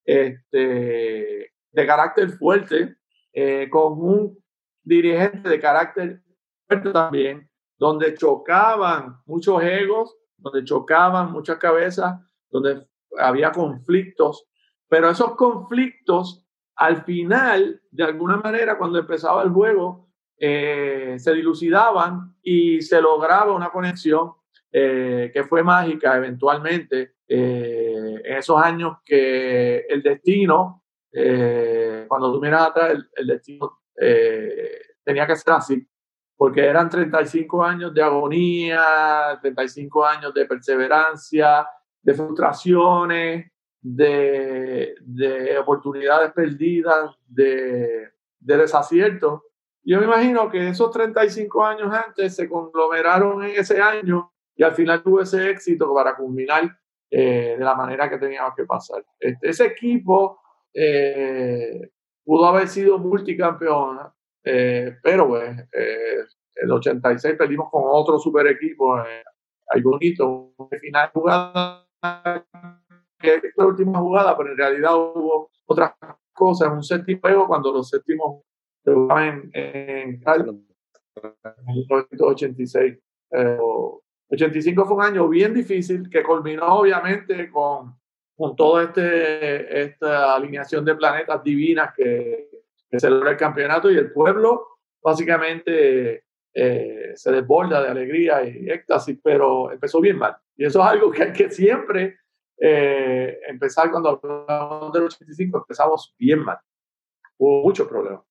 este, de carácter fuerte, eh, con un dirigente de carácter fuerte también, donde chocaban muchos egos, donde chocaban muchas cabezas, donde había conflictos, pero esos conflictos al final, de alguna manera, cuando empezaba el juego, Eh, se dilucidaban y se lograba una conexión eh, que fue mágica eventualmente, eh, en esos años que el destino, eh, cuando tú miras atrás, el, el destino eh, tenía que ser así, porque eran treinta y cinco años de agonía, treinta y cinco años de perseverancia, de frustraciones, de, de oportunidades perdidas, de, de desaciertos. Yo me imagino que esos treinta y cinco años antes se conglomeraron en ese año y al final tuvo ese éxito para culminar eh, de la manera que teníamos que pasar. Este, ese equipo eh, pudo haber sido multicampeón, eh, pero pues eh, el ochenta y seis perdimos con otro super equipo. Eh, hay bonito, un final jugada, que es la última jugada, pero en realidad hubo otras cosas, un séptimo juego cuando los séptimos se jugaban en, en, en mil novecientos ochenta y seis. Eh, ochenta y cinco fue un año bien difícil que culminó obviamente con, con toda este, esta alineación de planetas divinas que, que celebró el campeonato y el pueblo básicamente eh, se desborda de alegría y éxtasis, pero empezó bien mal. Y eso es algo que hay que siempre eh, empezar cuando hablamos del ochenta y cinco, empezamos bien mal. Hubo muchos problemas.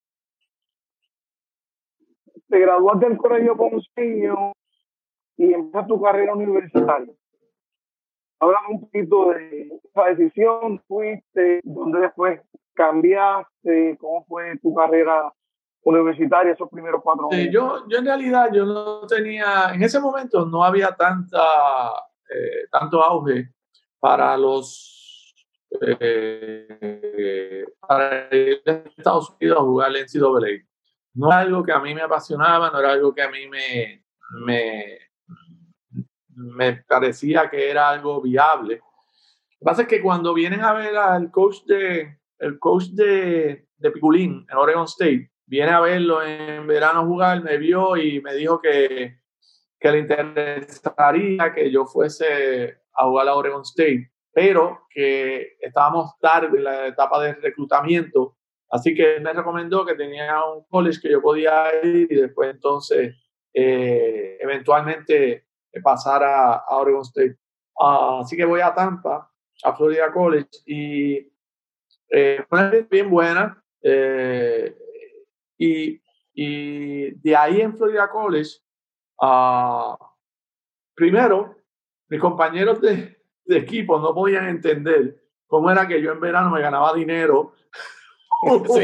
Te graduaste del Colegio Ponceño y empiezas tu carrera universitaria. Háblame un poquito de esa decisión, fuiste, dónde después cambiaste, cómo fue tu carrera universitaria esos primeros cuatro años. Sí, yo, yo en realidad yo no tenía, en ese momento no había tanta, eh, tanto auge para los eh, para ir a Estados Unidos a jugar en N C A A. No era algo que a mí me apasionaba, no era algo que a mí me, me, me parecía que era algo viable. Lo que pasa es que cuando vienen a ver al coach de, el coach de, de Piculín en Oregon State, viene a verlo en verano jugar, me vio y me dijo que, que le interesaría que yo fuese a jugar a Oregon State, pero que estábamos tarde en la etapa de reclutamiento. Así que me recomendó que tenía un college que yo podía ir y después entonces eh, eventualmente pasar a, a Oregon State. Uh, así que voy a Tampa, a Florida College, y eh, fue una experiencia bien buena. Eh, y, y de ahí en Florida College, uh, primero, mis compañeros de, de equipo no podían entender cómo era que yo en verano me ganaba dinero. Sí.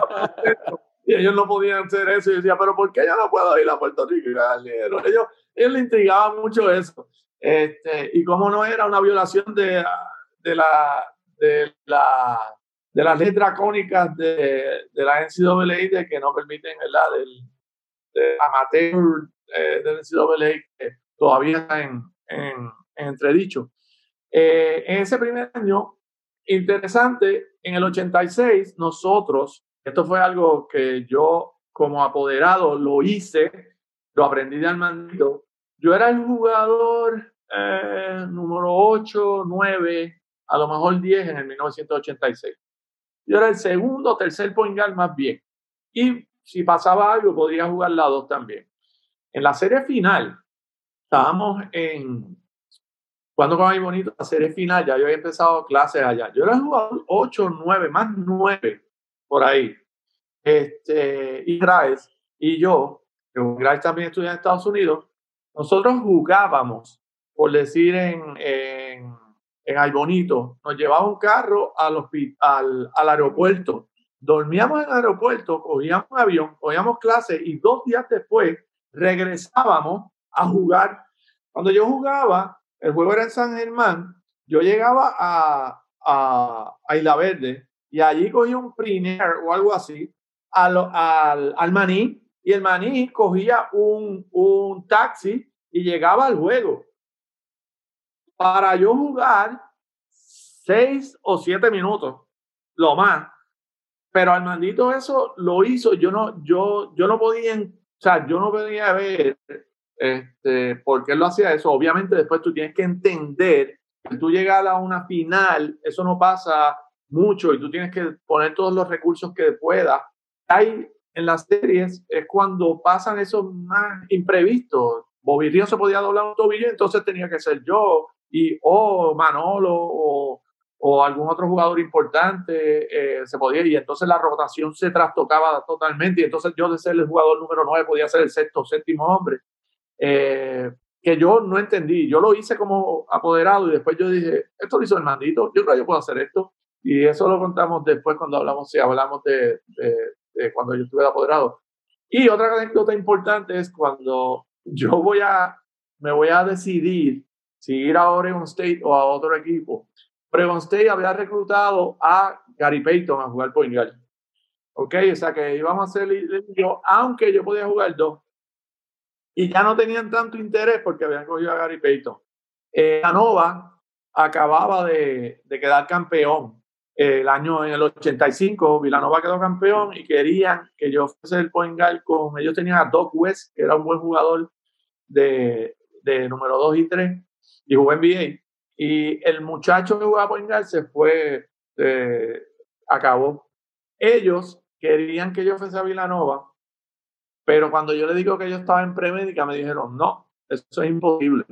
Y ellos no podían hacer eso. Y yo decía, pero ¿por qué yo no puedo ir a Puerto Rico y ganar dinero? Ellos, ellos les intrigaba mucho eso. Este, y cómo no era una violación de, de, la, de, la, de las leyes dracónicas de, de la N C A A, de que no permiten, ¿verdad?, del, del amateur eh, del N C A A, que todavía está en, en, en entredicho. Eh, en ese primer año, interesante, en el ochenta y seis, nosotros, esto fue algo que yo como apoderado lo hice, lo aprendí de Armandito. Yo era el jugador eh, número ocho, nueve, a lo mejor diez en el mil novecientos ochenta y seis. Yo era el segundo o tercer point guard más bien. Y si pasaba algo, podría jugar la dos también. En la serie final, estábamos en... Cuando con ahí bonito la serie final, ya yo había empezado clases allá. Yo era el jugador ocho, nueve, más nueve, por ahí. Este, y Grace y yo, que Grace también estudia en Estados Unidos, nosotros jugábamos, por decir en, en, en Ay Bonito, nos llevaba un carro al, al, al aeropuerto, dormíamos en el aeropuerto, cogíamos un avión, cogíamos clases y dos días después regresábamos a jugar. Cuando yo jugaba, el juego era en San Germán, yo llegaba a, a, a Isla Verde y allí cogía un Premier o algo así al, al, al Maní, y el Maní cogía un, un taxi y llegaba al juego. Para yo jugar seis o siete minutos, lo más. Pero Armandito eso lo hizo, yo no, yo, yo no podía, o sea, yo no podía ver Este, ¿por qué él lo hacía eso? Obviamente después tú tienes que entender que tú llegas a una final, eso no pasa mucho y tú tienes que poner todos los recursos que puedas. Hay en las series es cuando pasan esos más imprevistos. Bobby Ríos se podía doblar un tobillo, entonces tenía que ser yo. y o Manolo o, o algún otro jugador importante eh, se podía, y entonces la rotación se trastocaba totalmente, y entonces yo de ser el jugador número nueve podía ser el sexto o séptimo hombre, eh, que yo no entendí. Yo lo hice como apoderado y después yo dije, esto lo hizo el mandito, yo creo que yo puedo hacer esto, y eso lo contamos después cuando hablamos, si hablamos de, de, de cuando yo estuve de apoderado. Y otra anécdota importante es cuando yo voy a, me voy a decidir si ir a Oregon State o a otro equipo. Oregon State había reclutado a Gary Payton a jugar point guard. Ok, o sea que íbamos a hacer yo, aunque yo podía jugar dos. Y ya no tenían tanto interés porque habían cogido a Gary Payton. Eh, Villanova acababa de, de quedar campeón. El año en el ochenta y cinco, Villanova quedó campeón y querían que yo fuese el point guard con ellos. Tenían a Doc West, que era un buen jugador de, de número dos y tres, y jugó en N B A. Y el muchacho que jugaba point guard se fue, eh, acabó. Ellos querían que yo fuese a Villanova, pero cuando yo le digo que yo estaba en premédica, me dijeron, no, eso es imposible.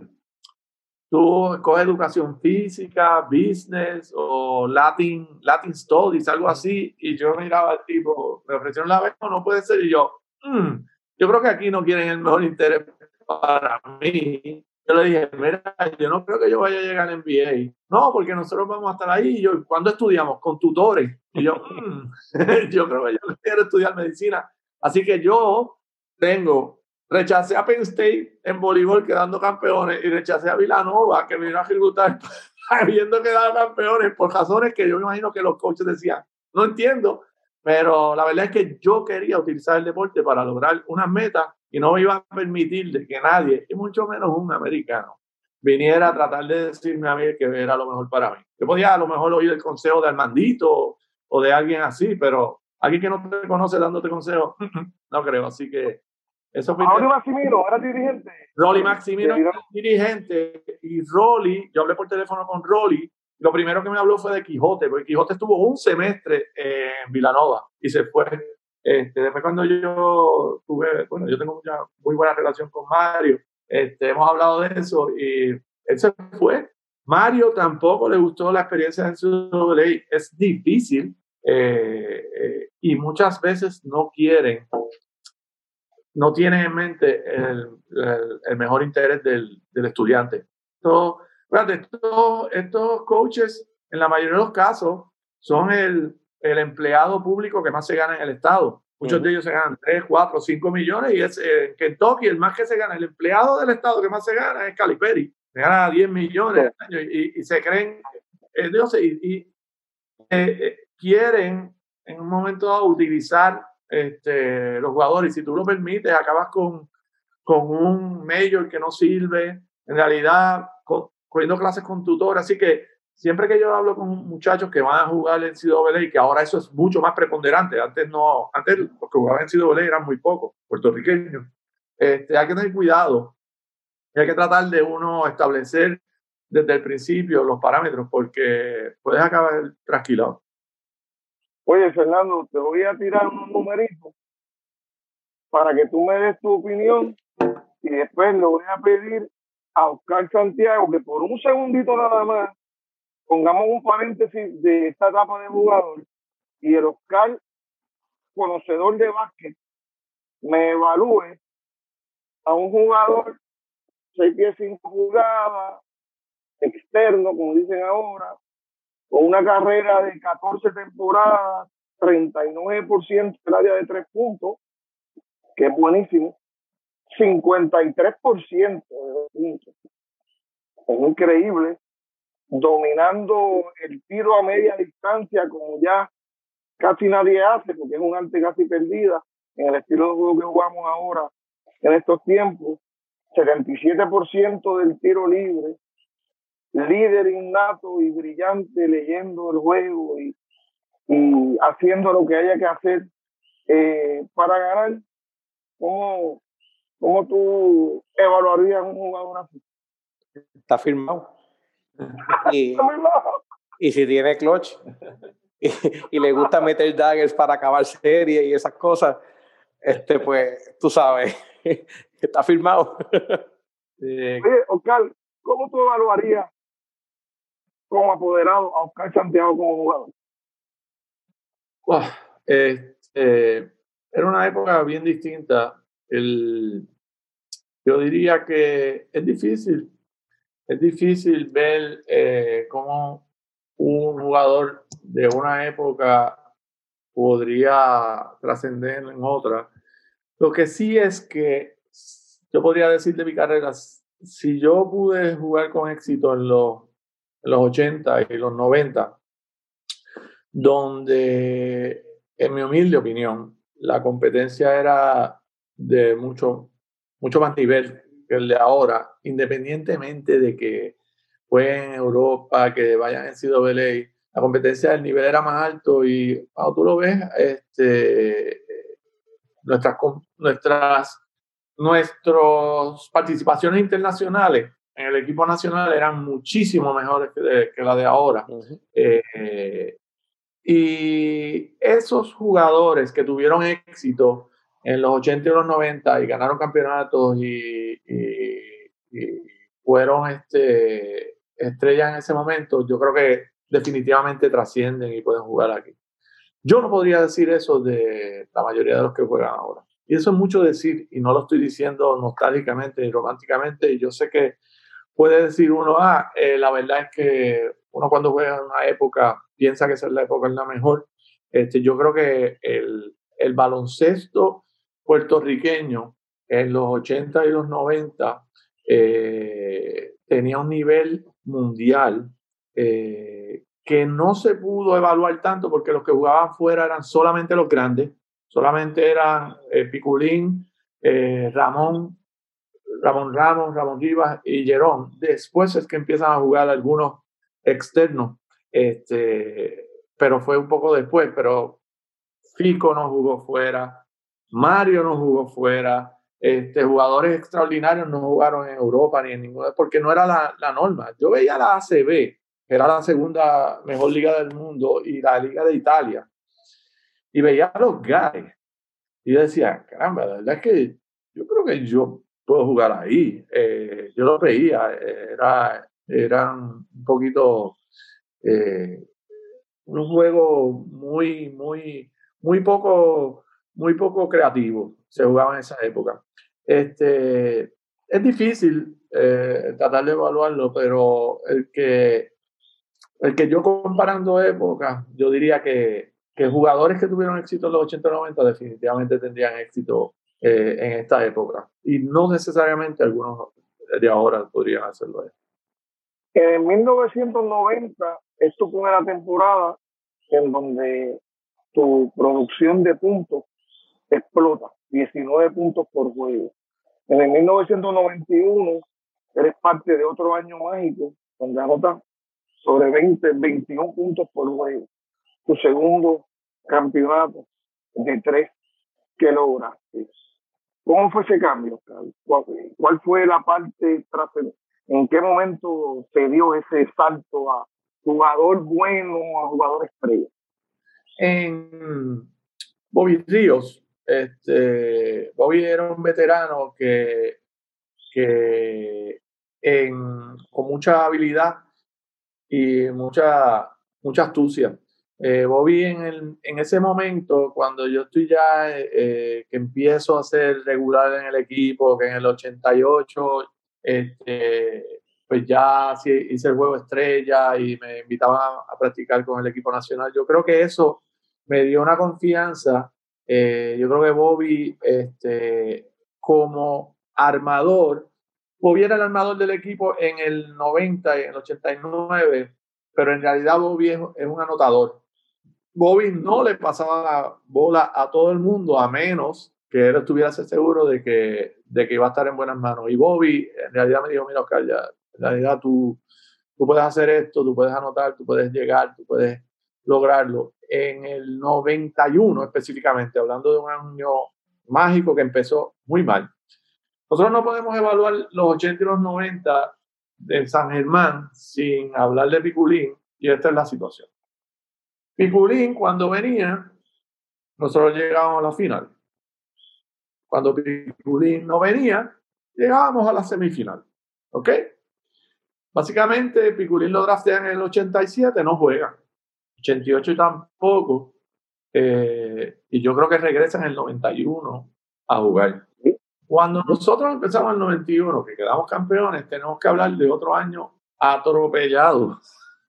Tú coges educación física, business o Latin, Latin Studies, algo así. Y yo miraba al tipo, me ofrecieron la beca, no puede ser. Y yo, mm, yo creo que aquí no quieren el mejor interés para mí. Yo le dije, mira, yo no creo que yo vaya a llegar en N B A. No, porque nosotros vamos a estar ahí. Y yo, ¿cuándo estudiamos? Con tutores. Y yo, mm, yo creo que yo quiero estudiar medicina. Así que yo tengo... Rechacé a Penn State en voleibol quedando campeones y rechacé a Villanova que me vino a ejecutar habiendo quedado campeones por razones que yo me imagino que los coaches decían, no entiendo, pero la verdad es que yo quería utilizar el deporte para lograr unas metas y no me iba a permitir de que nadie, y mucho menos un americano, viniera a tratar de decirme a mí que era lo mejor para mí. Yo podía a lo mejor oír el consejo de Armandito o de alguien así, pero alguien que no te conoce dándote consejos, no creo, así que eso fue. Rolly Maximino era dirigente. Rolly Maximino era dirigente y Rolly, yo hablé por teléfono con Rolly, lo primero que me habló fue de Quijote, porque Quijote estuvo un semestre en Villanova y se fue. Este, después cuando yo tuve, bueno, yo tengo mucha, muy buena relación con Mario, este, hemos hablado de eso y él se fue. Mario tampoco le gustó la experiencia en su doble A, es difícil eh, eh, y muchas veces no quieren no tienen en mente el, el, el mejor interés del, del estudiante. Entonces, estos, estos coaches, en la mayoría de los casos, son el, el empleado público que más se gana en el estado. Muchos uh-huh. de ellos se ganan tres, cuatro, cinco millones y es en Kentucky el más que se gana, el empleado del estado que más se gana es Calipari. Se gana diez millones al año y, y se creen eh, dioses y, y eh, eh, quieren en un momento dado utilizar Este, los jugadores, y si tú lo permites acabas con, con un major que no sirve en realidad, con, cogiendo clases con tutores. Así que siempre que yo hablo con muchachos que van a jugar en N C A A, que ahora eso es mucho más preponderante, antes no, antes los que jugaban en N C A A eran muy pocos puertorriqueños, este, hay que tener cuidado y hay que tratar de uno establecer desde el principio los parámetros porque puedes acabar trasquilado. Oye, Fernando, te voy a tirar unos numeritos para que tú me des tu opinión y después le voy a pedir a Oscar Santiago que por un segundito nada más pongamos un paréntesis de esta etapa de jugador y el Oscar, conocedor de básquet, me evalúe a un jugador seis pies cinco pulgadas, externo, como dicen ahora, con una carrera de catorce temporadas, treinta y nueve por ciento del área de tres puntos, que es buenísimo, cincuenta y tres por ciento de dos puntos. Es increíble, dominando el tiro a media distancia como ya casi nadie hace, porque es un arte casi perdida en el estilo de juego que jugamos ahora en estos tiempos. setenta y siete por ciento del tiro libre, líder innato y brillante leyendo el juego y, y haciendo lo que haya que hacer eh, para ganar. ¿Cómo, ¿Cómo tú evaluarías un jugador así? Está firmado. Y, y si tiene clutch y, y le gusta meter daggers para acabar series y esas cosas, este pues tú sabes, está firmado. Oye, Oscar, ¿cómo tú evaluarías como apoderado a Oscar Santiago como jugador? Wow. Eh, eh, era una época bien distinta. El, yo diría que es difícil, es difícil ver eh, cómo un jugador de una época podría trascender en otra. Lo que sí es que yo podría decir de mi carrera, si yo pude jugar con éxito en los, en los ochenta y los noventa, donde, en mi humilde opinión, la competencia era de mucho, mucho más nivel que el de ahora, independientemente de que fue en Europa, que vayan en C W A, la competencia del nivel era más alto y cuando tú lo ves, este, nuestras, nuestras, nuestras participaciones internacionales en el equipo nacional eran muchísimo mejores que, de, que la de ahora. Uh-huh. Eh, y esos jugadores que tuvieron éxito en los ochenta y los noventa y ganaron campeonatos y, y, y fueron este, estrellas en ese momento, yo creo que definitivamente trascienden y pueden jugar aquí. Yo no podría decir eso de la mayoría de los que juegan ahora. Y eso es mucho decir, y no lo estoy diciendo nostálgicamente ni románticamente. Y yo sé que puede decir uno, ah, eh, la verdad es que uno cuando juega en una época piensa que esa es la época es la mejor. Este, yo creo que el, el baloncesto puertorriqueño en los ochenta y los noventa eh, tenía un nivel mundial eh, que no se pudo evaluar tanto porque los que jugaban fuera eran solamente los grandes, solamente eran eh, Piculín, eh, Ramón, Ramón Ramos, Ramón Rivas y Jerón. Después es que empiezan a jugar algunos externos, este, pero fue un poco después, pero Fico no jugó fuera, Mario no jugó fuera, este, jugadores extraordinarios no jugaron en Europa ni en ninguna, porque no era la, la norma. Yo veía la A C B, que era la segunda mejor liga del mundo, y la Liga de Italia, y veía a los guys, y yo decía, caramba, la verdad es que yo creo que yo puedo jugar ahí. Eh, yo lo veía, era, eran un poquito, eh, un juego muy, muy, muy poco, muy poco creativo, se jugaba en esa época. Este, es difícil eh, tratar de evaluarlo, pero el que, el que yo comparando épocas, yo diría que, que jugadores que tuvieron éxito en los ochenta noventa definitivamente tendrían éxito eh, en esta época. Y no necesariamente algunos de ahora podrían hacerlo. En mil novecientos noventa, esto fue una temporada en donde tu producción de puntos explota, diecinueve puntos por juego. En el mil novecientos noventa y uno, eres parte de otro año mágico, donde anotas sobre veinte, veintiún puntos por juego. Tu segundo campeonato de tres que lograste. ¿Cómo fue ese cambio, Carlos? ¿Cuál fue la parte trascendente? ¿En qué momento se dio ese salto a jugador bueno a jugador estrella? En Bobby Ríos, este, Bobby era un veterano que, que en, con mucha habilidad y mucha, mucha astucia. Eh, Bobby en, el, en ese momento, cuando yo estoy ya, eh, que empiezo a ser regular en el equipo, que en el ochenta y ocho, este, pues ya hice el juego estrella y me invitaban a, a practicar con el equipo nacional. Yo creo que eso me dio una confianza. Eh, yo creo que Bobby, este, como armador, Bobby era el armador del equipo en el noventa y en el ochenta y nueve, pero en realidad Bobby es, es un anotador. Bobby no le pasaba la bola a todo el mundo a menos que él estuviera seguro de que, de que iba a estar en buenas manos. Y Bobby en realidad me dijo, mira Oscar, ya, en realidad tú, tú puedes hacer esto, tú puedes anotar, tú puedes llegar, tú puedes lograrlo. En el noventa y uno específicamente, hablando de un año mágico que empezó muy mal. Nosotros no podemos evaluar los ochenta y los noventa de San Germán sin hablar de Piculín, y esta es la situación. Piculín, cuando venía, nosotros llegábamos a la final. Cuando Piculín no venía, llegábamos a la semifinal. ¿Ok? Básicamente, Piculín lo draftean en el ochenta y siete, no juega. ochenta y ocho tampoco. Eh, y yo creo que regresa en el noventa y uno a jugar. Cuando nosotros empezamos en el noventa y uno, que quedamos campeones, tenemos que hablar de otro año atropellado.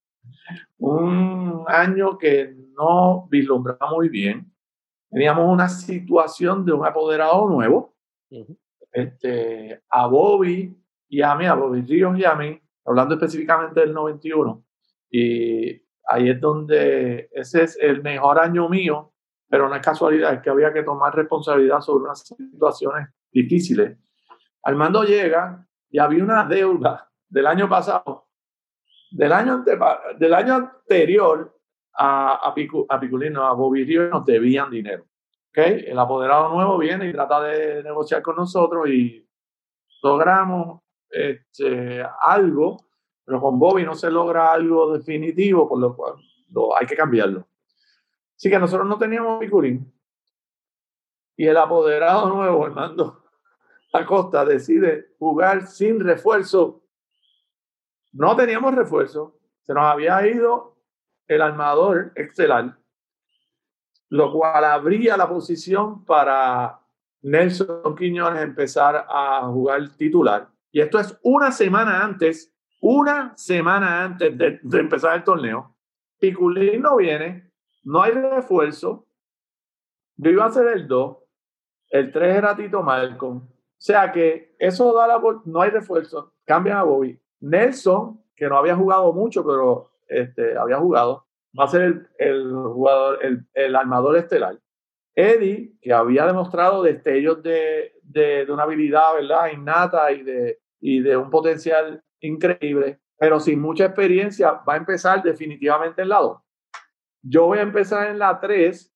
Un año que no vislumbraba muy bien. Teníamos una situación de un apoderado nuevo. Uh-huh. Este, a Bobby y a mí, a Bobby Ríos y a mí, hablando específicamente del noventa y uno. Y ahí es donde ese es el mejor año mío, pero no es casualidad, es que había que tomar responsabilidad sobre unas situaciones difíciles. Armando llega y había una deuda del año pasado, del año, ante, del año anterior a, a, Picu, a Piculino, a Bobby Ríos nos debían dinero. ¿Okay? El apoderado nuevo viene y trata de negociar con nosotros y logramos este, algo, pero con Bobby no se logra algo definitivo, por lo cual lo, hay que cambiarlo. Así que nosotros no teníamos Piculín y el apoderado nuevo, Armando Acosta, decide jugar sin refuerzo. No teníamos refuerzo, se nos había ido el armador estelar, lo cual abría la posición para Nelson Quiñones empezar a jugar titular. Y esto es una semana antes, una semana antes de, de empezar el torneo. Piculín no viene, no hay refuerzo. Yo iba a ser el dos, el tres era Tito Malcolm. O sea que eso da la... No hay refuerzo, cambian a Bobby. Nelson, que no había jugado mucho, pero este, había jugado, va a ser el, el jugador, el, el armador estelar. Eddie, que había demostrado destellos de, de, de una habilidad, ¿verdad?, innata y de, y de un potencial increíble, pero sin mucha experiencia, va a empezar definitivamente en la dos. Yo voy a empezar en la tres,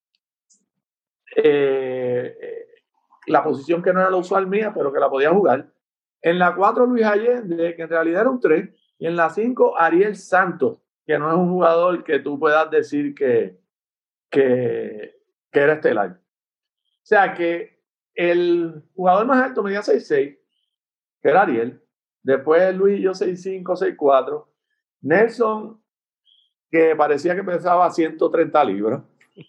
eh, la posición que no era la usual mía, pero que la podía jugar. En la cuatro, Luis Allende, que en realidad era un tres, y en la cinco, Ariel Santos, que no es un jugador que tú puedas decir que, que, que era estelar. O sea que el jugador más alto medía seis seis, que era Ariel. Después Luis y yo seis cinco, seis cuatro. Nelson, que parecía que pesaba ciento treinta libras.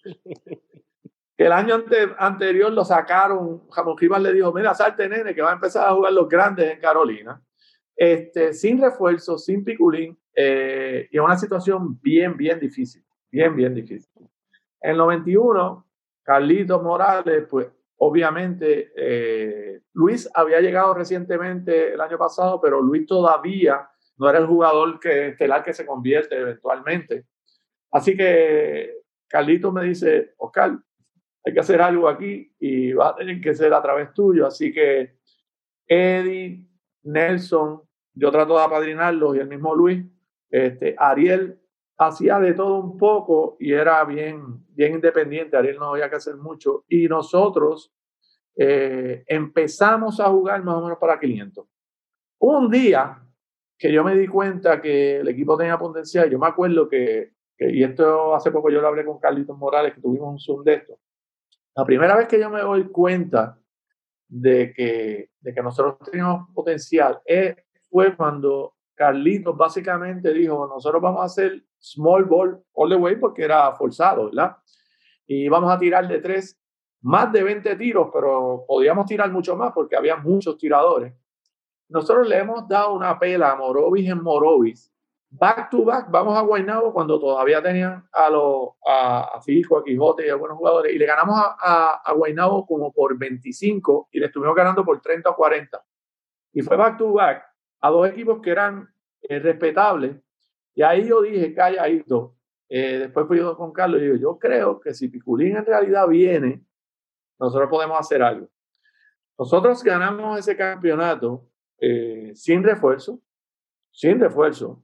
El año ante, anterior lo sacaron, Jamón Rivas le dijo, mira, salte nene, que va a empezar a jugar los grandes en Carolina. Este, sin refuerzo, sin Piculín, eh, y en una situación bien, bien difícil, bien, bien difícil. En el noventa y uno, Carlitos Morales, pues obviamente eh, Luis había llegado recientemente el año pasado, pero Luis todavía no era el jugador que, estelar que se convierte eventualmente. Así que Carlitos me dice, Oscar, hay que hacer algo aquí y va a tener que ser a través tuyo. Así que Eddie, Nelson, yo trato de apadrinarlos y el mismo Luis, este, Ariel hacía de todo un poco y era bien, bien independiente. Ariel no había que hacer mucho y nosotros eh, empezamos a jugar más o menos para quinientos. Un día que yo me di cuenta que el equipo tenía potencial, yo me acuerdo que, que y esto hace poco yo lo hablé con Carlitos Morales, que tuvimos un Zoom de esto. La primera vez que yo me doy cuenta de que, de que nosotros teníamos potencial eh, fue cuando Carlitos básicamente dijo, nosotros vamos a hacer small ball all the way porque era forzado, ¿verdad? Y vamos a tirar de tres, más de veinte tiros, pero podíamos tirar mucho más porque había muchos tiradores. Nosotros le hemos dado una pela a Morovis en Morovis. Back to back, vamos a Guaynabo cuando todavía tenían a, los, a, a Fijo, a Quijote y a algunos jugadores, y le ganamos a, a, a Guaynabo como por veinticinco y le estuvimos ganando por treinta o cuarenta. Y fue back to back a dos equipos que eran eh, respetables. Y ahí yo dije, calladito. Eh, después fui yo con Carlos y digo, yo creo que si Piculín en realidad viene, nosotros podemos hacer algo. Nosotros ganamos ese campeonato eh, sin refuerzo, sin refuerzo.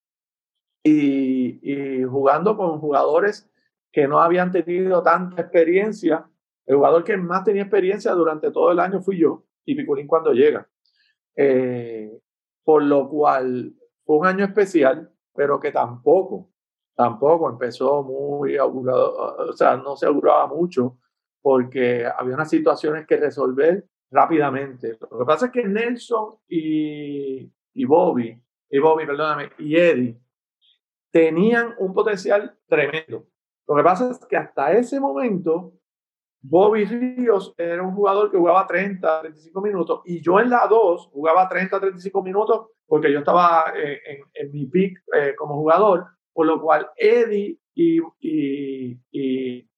Y, y jugando con jugadores que no habían tenido tanta experiencia. El jugador que más tenía experiencia durante todo el año fui yo y Piculín cuando llega. Eh, por lo cual fue un año especial, pero que tampoco, tampoco empezó muy augurado, o sea, no se auguraba mucho porque había unas situaciones que resolver rápidamente. Lo que pasa es que Nelson y, y Bobby y Bobby, perdóname, y Eddie, tenían un potencial tremendo. Lo que pasa es que hasta ese momento, Bobby Ríos era un jugador que jugaba treinta, treinta y cinco minutos, y yo en la dos jugaba treinta, treinta y cinco minutos porque yo estaba eh, en, en mi pick eh, como jugador, por lo cual Eddie y, y, y,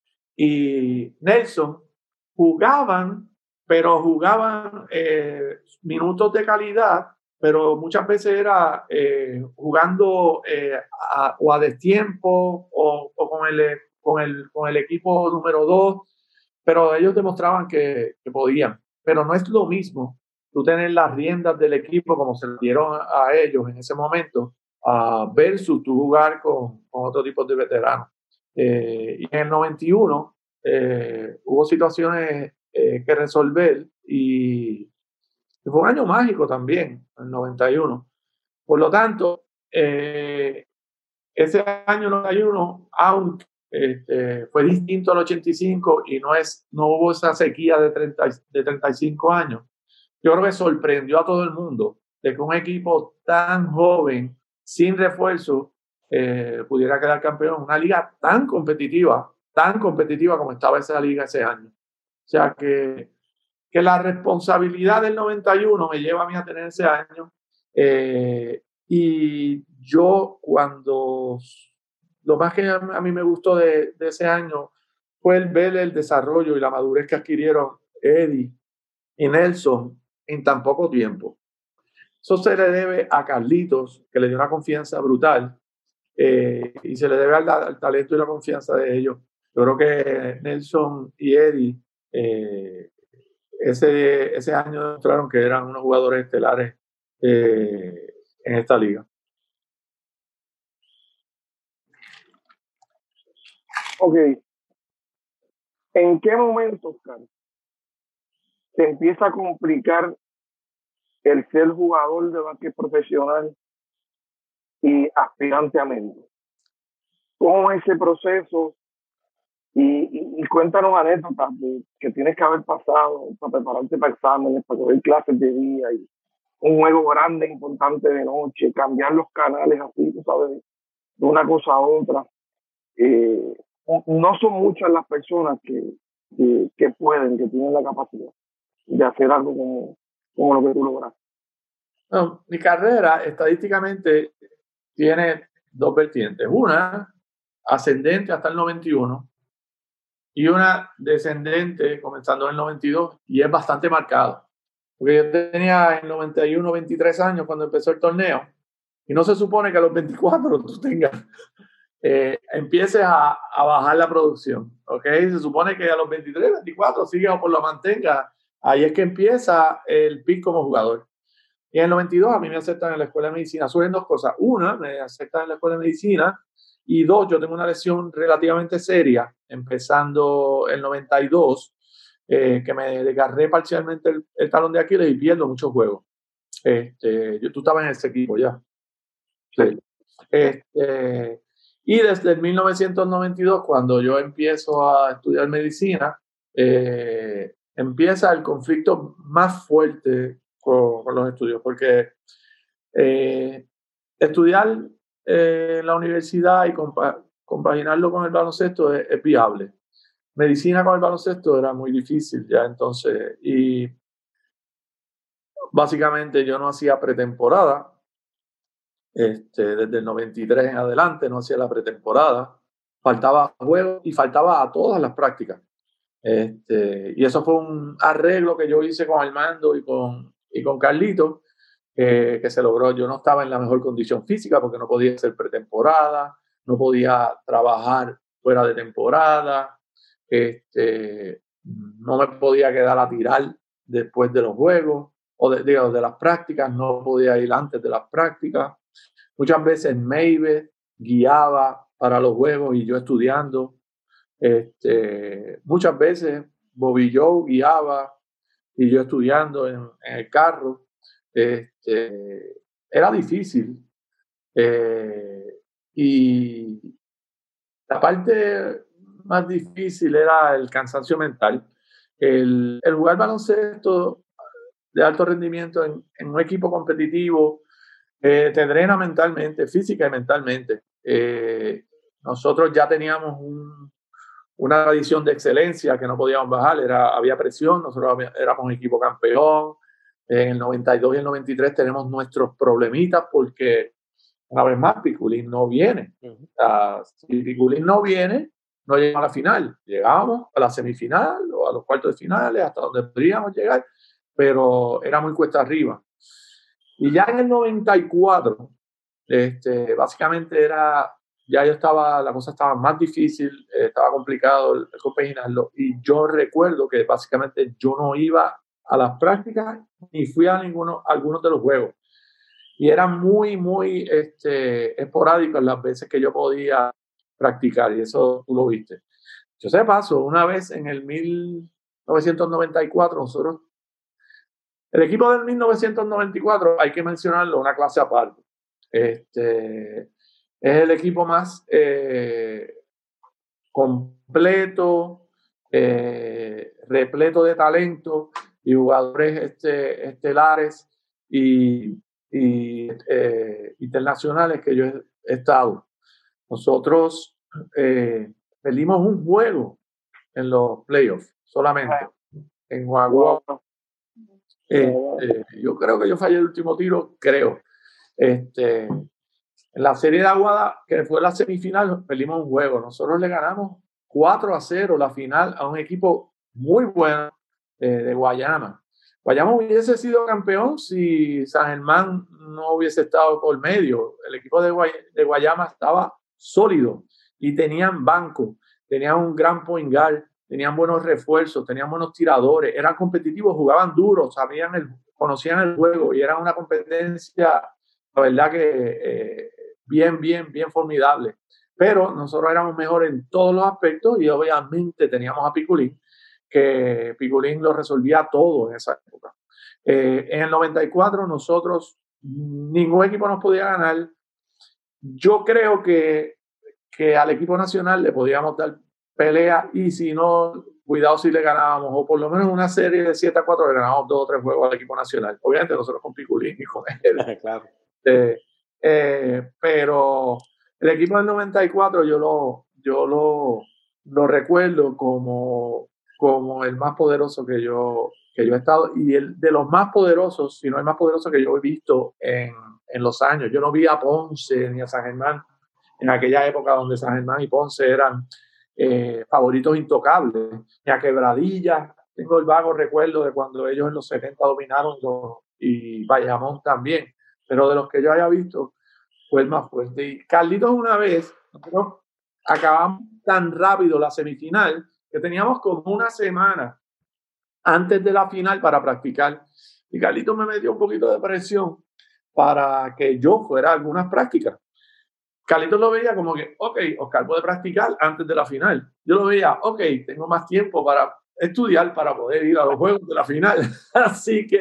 y Nelson jugaban, pero jugaban eh, minutos de calidad, pero muchas veces era eh, jugando eh, a, o a destiempo o, o con, el, con, el, con el equipo número dos, pero ellos demostraban que, que podían. Pero no es lo mismo tú tener las riendas del equipo como se le dieron a, a ellos en ese momento, uh, versus tú jugar con, con otro tipo de veteranos. Eh, y en el noventa y uno eh, hubo situaciones eh, que resolver y fue un año mágico también, el noventa y uno. Por lo tanto, eh, ese año noventa y uno, aunque este, fue distinto al ochenta y cinco y no, es, no hubo esa sequía de, treinta, de treinta y cinco años, yo creo que sorprendió a todo el mundo de que un equipo tan joven, sin refuerzo, eh, pudiera quedar campeón en una liga tan competitiva, tan competitiva como estaba esa liga ese año. O sea que, que la responsabilidad del noventa y uno me lleva a mí a tener ese año. Eh, y yo cuando, lo más que a mí me gustó de, de ese año fue el ver el desarrollo y la madurez que adquirieron Eddie y Nelson en tan poco tiempo. Eso se le debe a Carlitos, que le dio una confianza brutal, eh, y se le debe al, al talento y la confianza de ellos. Yo creo que Nelson y Eddie eh, ese, ese año demostraron que eran unos jugadores estelares eh, en esta liga. Ok. ¿En qué momento, Oscar, se empieza a complicar el ser jugador de básquet profesional y aspirante a mentor? ¿Cómo es ese proceso? Y, y, y cuéntanos anécdotas de, que tienes que haber pasado para prepararte para exámenes, para coger clases de día y un juego grande, importante de noche, cambiar los canales así, tú sabes, de una cosa a otra. Eh, no son muchas las personas que, que, que pueden, que tienen la capacidad de hacer algo como, como lo que tú lograste. No, mi carrera estadísticamente tiene dos vertientes. Una ascendente hasta el noventa y uno y una descendente comenzando en el noventa y dos, y es bastante marcado. Porque yo tenía en el noventa y uno veintitrés años cuando empezó el torneo, y no se supone que a los veinticuatro tú tengas, eh, empieces a, a bajar la producción. ¿Okay? Se supone que a los veintitrés, veinticuatro sigas o por lo mantengas. Ahí es que empieza el pick como jugador. Y en el noventa y dos a mí me aceptan en la escuela de medicina. Surgen dos cosas. Una, me aceptan en la escuela de medicina. Y dos, yo tengo una lesión relativamente seria, empezando el noventa y dos, eh, que me desgarré parcialmente el, el talón de Aquiles y pierdo muchos juegos. Este, yo, tú estabas en ese equipo ya. Sí. Este, y desde el mil novecientos noventa y dos, cuando yo empiezo a estudiar medicina, eh, empieza el conflicto más fuerte con, con los estudios, porque eh, estudiar en eh, la universidad y compa compaginarlo con el baloncesto es, es viable. Medicina con el baloncesto era muy difícil ya entonces, y básicamente yo no hacía pretemporada. Este, desde el noventa y tres en adelante no hacía la pretemporada, faltaba juego y faltaba a todas las prácticas. Este, y eso fue un arreglo que yo hice con Armando y con, y con Carlito, eh, que se logró. Yo no estaba en la mejor condición física porque no podía hacer pretemporada, no podía trabajar fuera de temporada, este, no me podía quedar a tirar después de los juegos, o de, digo, de las prácticas, no podía ir antes de las prácticas. Muchas veces Maybe guiaba para los juegos y yo estudiando. Este, muchas veces Bobby Joe guiaba y yo estudiando en, en el carro. Este, era difícil. Eh, y la parte más difícil era el cansancio mental. El, el jugar baloncesto de alto rendimiento en, en un equipo competitivo Eh, te drena mentalmente, física y mentalmente. Eh, nosotros ya teníamos un, una tradición de excelencia que no podíamos bajar, era, había presión, nosotros éramos un equipo campeón. En el noventa y dos y el noventa y tres tenemos nuestros problemitas porque, una vez más, Piculín no viene. Uh-huh. Uh, si Piculín no viene, no llegamos a la final. Llegábamos a la semifinal o a los cuartos de finales, hasta donde podríamos llegar, pero era muy cuesta arriba. Y ya en el noventa y cuatro, este, básicamente era, ya yo estaba, la cosa estaba más difícil, eh, estaba complicado el, el compaginarlo, y yo recuerdo que básicamente yo no iba a las prácticas ni fui a ninguno, a algunos de los juegos. Y era muy, muy este, esporádico las veces que yo podía practicar, y eso tú lo viste. Yo sé, paso, una vez en el mil novecientos noventa y cuatro, nosotros, el equipo del mil novecientos noventa y cuatro, hay que mencionarlo, una clase aparte. Este, es el equipo más eh, completo, eh, repleto de talento y jugadores este, estelares y, y eh, internacionales que yo he, he estado. Nosotros eh, perdimos un juego en los playoffs solamente, en Guagua. Eh, eh, yo creo que yo fallé el último tiro, creo. Este, en la serie de Aguada, que fue la semifinal, perdimos un juego. Nosotros le ganamos cuatro a cero la final a un equipo muy bueno eh, de Guayama. Guayama hubiese sido campeón si San Germán no hubiese estado por medio. El equipo de, Guay de Guayama estaba sólido y tenían banco, tenían un gran point guard, tenían buenos refuerzos, tenían buenos tiradores, eran competitivos, jugaban duro, sabían el, conocían el juego y era una competencia, la verdad que eh, bien, bien, bien formidable. Pero nosotros éramos mejores en todos los aspectos y obviamente teníamos a Piculín, que Piculín lo resolvía todo en esa época. Eh, en el noventa y cuatro nosotros, ningún equipo nos podía ganar. Yo creo que, que al equipo nacional le podíamos dar pelea y si no, cuidado si le ganábamos, o por lo menos una serie de siete a cuatro le ganábamos dos o tres juegos al equipo nacional. Obviamente nosotros con Piculín y con él. Claro. Eh, eh, pero el equipo del noventa y cuatro yo lo, yo lo, lo recuerdo como, como el más poderoso que yo, que yo he estado y el de los más poderosos, si no el más poderoso que yo he visto en, en los años. Yo no vi a Ponce ni a San Germán en aquella época donde San Germán y Ponce eran eh, favoritos intocables, ni a Quebradilla. Tengo el vago recuerdo de cuando ellos en los setenta dominaron los, y Bayamón también. Pero de los que yo haya visto, fue el más fuerte. Y Carlitos una vez, nosotros acabamos tan rápido la semifinal que teníamos como una semana antes de la final para practicar. Y Carlitos me metió un poquito de presión para que yo fuera a algunas prácticas. Carlitos lo veía como que, ok, Oscar puede practicar antes de la final. Yo lo veía, ok, tengo más tiempo para estudiar para poder ir a los juegos de la final. Así que...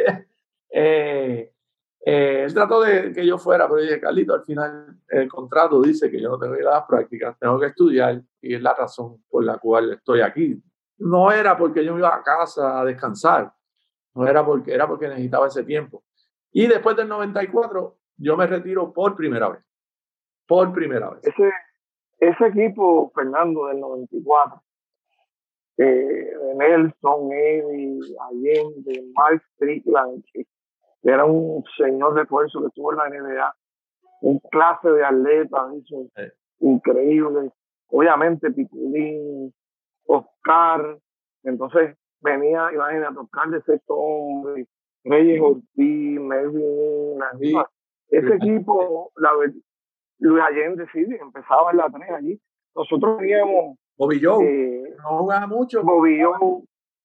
Eh, Eh, él trató de que yo fuera, pero dije, Carlito, al final el contrato dice que yo no tengo que ir a las prácticas, tengo que estudiar y es la razón por la cual estoy aquí. No era porque yo me iba a casa a descansar, no era porque, era porque necesitaba ese tiempo. Y después del noventa y cuatro, yo me retiro por primera vez. Por primera vez. Ese, ese equipo, Fernando, del noventa y cuatro, eh, de Nelson, Eddie, Allende, Mark Strickland, era un señor refuerzo que estuvo en la N B A, un clase de atleta, eso, sí. Increíble. Obviamente Piculín, Oscar, entonces venía, imagínate, Oscar de sexto hombre, Reyes Ortiz, Melvin, sí. Ese equipo, la, Luis Allende, sí, empezaba en la tres allí. Nosotros teníamos Bobby Joe, eh, no jugaba mucho. Bobby Joe,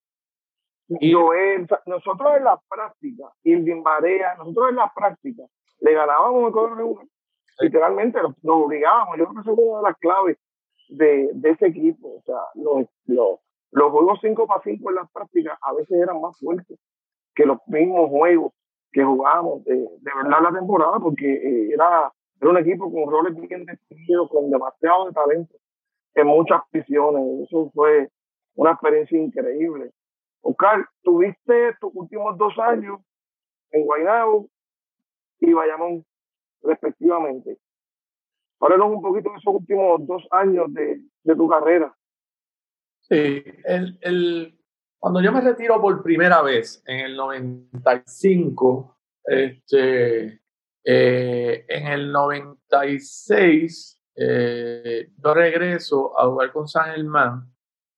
Y Joel, nosotros en la práctica, Irving Barea, nosotros en la práctica le ganábamos el cuadro regular. Sí. Literalmente nos, nos obligábamos. Yo creo que eso fue una de las claves de, de ese equipo. O sea, los, los, los juegos cinco para cinco en las prácticas a veces eran más fuertes que los mismos juegos que jugábamos de, de verdad la temporada, porque eh, era, era un equipo con roles bien definidos, con demasiado de talento en muchas posiciones. Eso fue una experiencia increíble. Oscar, tuviste tus últimos dos años en Guaynabo y Bayamón. respectivamente. Háblanos un poquito de esos últimos dos años de, de tu carrera. Sí, el, el, cuando yo me retiro por primera vez en el noventa y cinco, este, eh, en el noventa y seis eh, yo regreso a jugar con San Germán,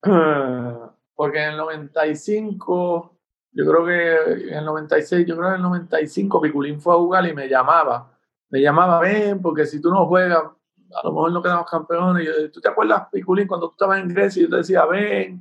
porque en el noventa y cinco, yo creo que en el noventa y seis, yo creo que en el noventa y cinco Piculín fue a jugar y me llamaba, me llamaba, ven, porque si tú no juegas, a lo mejor no quedamos campeones. Y yo, ¿tú te acuerdas, Piculín, cuando tú estabas en Grecia y yo te decía, ven,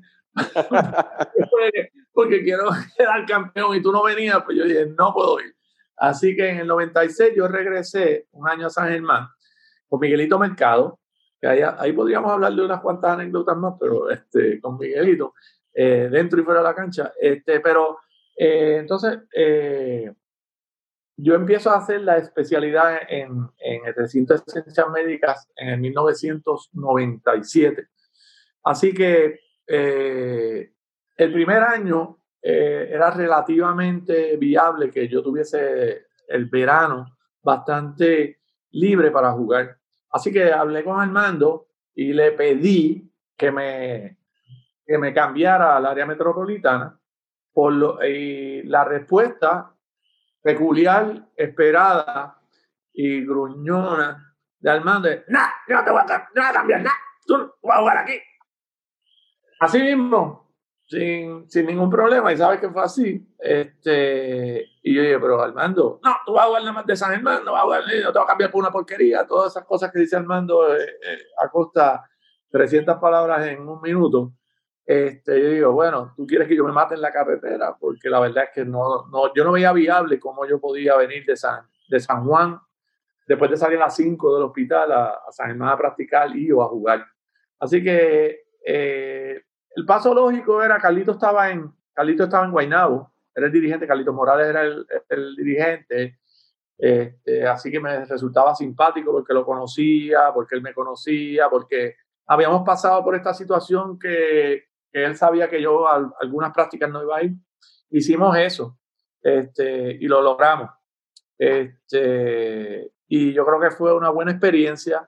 porque, porque quiero quedar campeón y tú no venías? Pues yo dije, no puedo ir. Así que en el noventa y seis yo regresé un año a San Germán con Miguelito Mercado, que ahí, ahí podríamos hablar de unas cuantas anécdotas más, pero este, con Miguelito, eh, dentro y fuera de la cancha. Este, pero eh, entonces... Eh, yo empiezo a hacer la especialidad en, en el recinto de ciencias médicas en el mil novecientos noventa y siete. Así que eh, el primer año eh, era relativamente viable que yo tuviese el verano bastante libre para jugar. Así que hablé con Armando y le pedí que me, que me cambiara al área metropolitana. Por lo, y la respuesta peculiar, esperada y gruñona de Armando, nah, yo no te voy a, no voy a cambiar, nah, tú no vas a jugar aquí. Así mismo, sin, sin ningún problema, y sabes que fue así. Este, y yo dije, pero Armando, no, tú vas a jugar nada más de San Germán, no vas a jugar, no te vas a cambiar por una porquería, todas esas cosas que dice Armando eh, eh, a costa trescientas palabras en un minuto. Este, yo digo, bueno, tú quieres que yo me mate en la carretera, porque la verdad es que no, no, yo no veía viable cómo yo podía venir de San, de San Juan, después de salir a las cinco del hospital a, a San Germán a practicar y o a jugar. Así que eh, el paso lógico era, Carlito estaba en, Carlito estaba en Guaynabo, era el dirigente, Carlito Morales era el, el dirigente, este, así que me resultaba simpático porque lo conocía, porque él me conocía, porque habíamos pasado por esta situación que que él sabía que yo a algunas prácticas no iba a ir. Hicimos eso este, y lo logramos. Este, y yo creo que fue una buena experiencia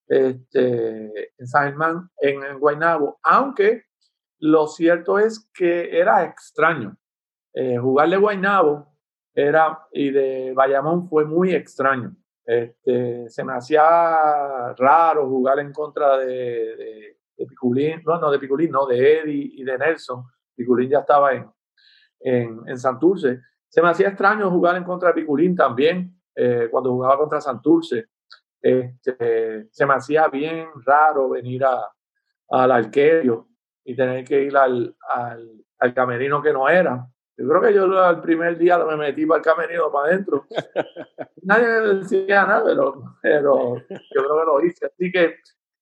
este, en San Germán, en, en Guaynabo, aunque lo cierto es que era extraño. Eh, jugar de Guaynabo era, y de Bayamón fue muy extraño. Este, se me hacía raro jugar en contra de, de de Piculín, no, no, de Piculín, no, de Eddie y de Nelson. Piculín ya estaba en, en, en Santurce. Se me hacía extraño jugar en contra de Piculín también, eh, cuando jugaba contra Santurce. Este, se me hacía bien raro venir a, al Arquerio y tener que ir al, al, al camerino que no era. Yo creo que yo el primer día me metí para el camerino, para adentro. Nadie me decía nada, pero, pero yo creo que lo hice. Así que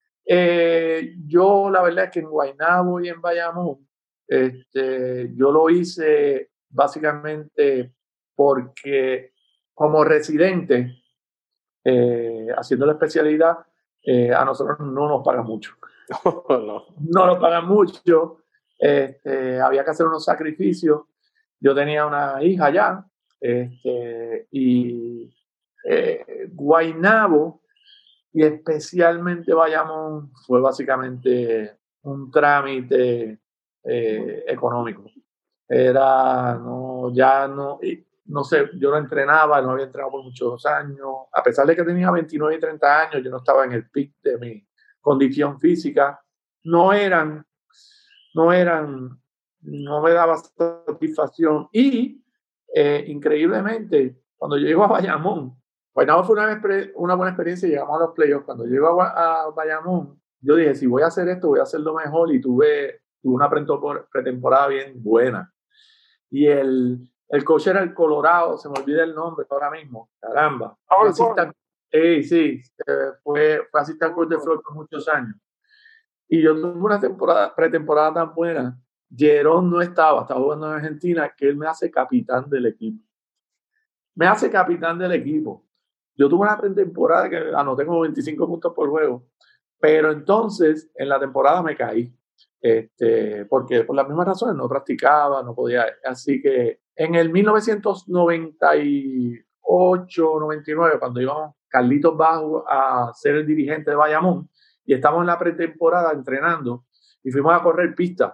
Eh, yo la verdad es que en Guaynabo y en Bayamón este, yo lo hice básicamente porque como residente eh, haciendo la especialidad eh, a nosotros no nos pagan mucho. no. no nos pagan mucho, este, había que hacer unos sacrificios. Yo tenía una hija ya este, y eh, Guaynabo y especialmente Bayamón fue básicamente un trámite eh, económico. Era, no, ya no, no sé, yo no entrenaba, no había entrenado por muchos años, a pesar de que tenía veintinueve y treinta años, yo no estaba en el pic de mi condición física, no eran, no eran, no me daba satisfacción y eh, increíblemente, cuando yo llego a Bayamón, Guaynabo fue una, una buena experiencia y llegamos a los playoffs. Cuando llego a, a Bayamón, yo dije, si voy a hacer esto, voy a hacerlo mejor y tuve, tuve una pretemporada bien buena. Y el, el coach era el Colorado, se me olvida el nombre ahora mismo, caramba. Fue asistente, eh, sí, eh, fue, fue asistente coach de Flor por muchos años. Y yo tuve una temporada, pretemporada tan buena. Jerón no estaba, estaba jugando en Argentina, que él me hace capitán del equipo. Me hace capitán del equipo. Yo tuve una pretemporada que anoté como veinticinco puntos por juego, pero entonces en la temporada me caí, este, porque por las mismas razones no practicaba, no podía. Así que en el mil novecientos noventa y ocho, noventa y nueve, cuando íbamos, Carlitos Bajo a ser el dirigente de Bayamón, y estamos en la pretemporada entrenando, y fuimos a correr pista,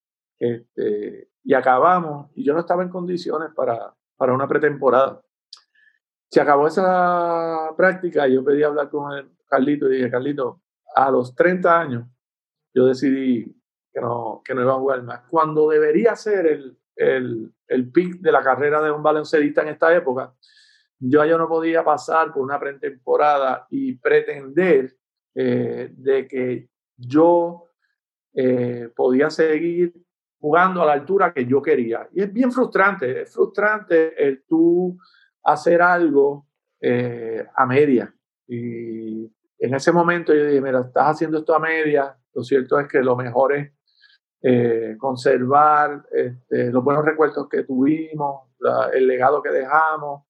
este, y acabamos, y yo no estaba en condiciones para, para una pretemporada. Se acabó esa práctica y yo pedí hablar con el Carlito y dije, Carlito, a los treinta años yo decidí que no, que no iba a jugar más. Cuando debería ser el, el, el pick de la carrera de un baloncestista en esta época, yo, yo no podía pasar por una pretemporada y pretender eh, de que yo eh, podía seguir jugando a la altura que yo quería. Y es bien frustrante, es frustrante el tú hacer algo eh, a media. Y en ese momento yo dije, mira, estás haciendo esto a media, lo cierto es que lo mejor es eh, conservar este, los buenos recuerdos que tuvimos, la, el legado que dejamos,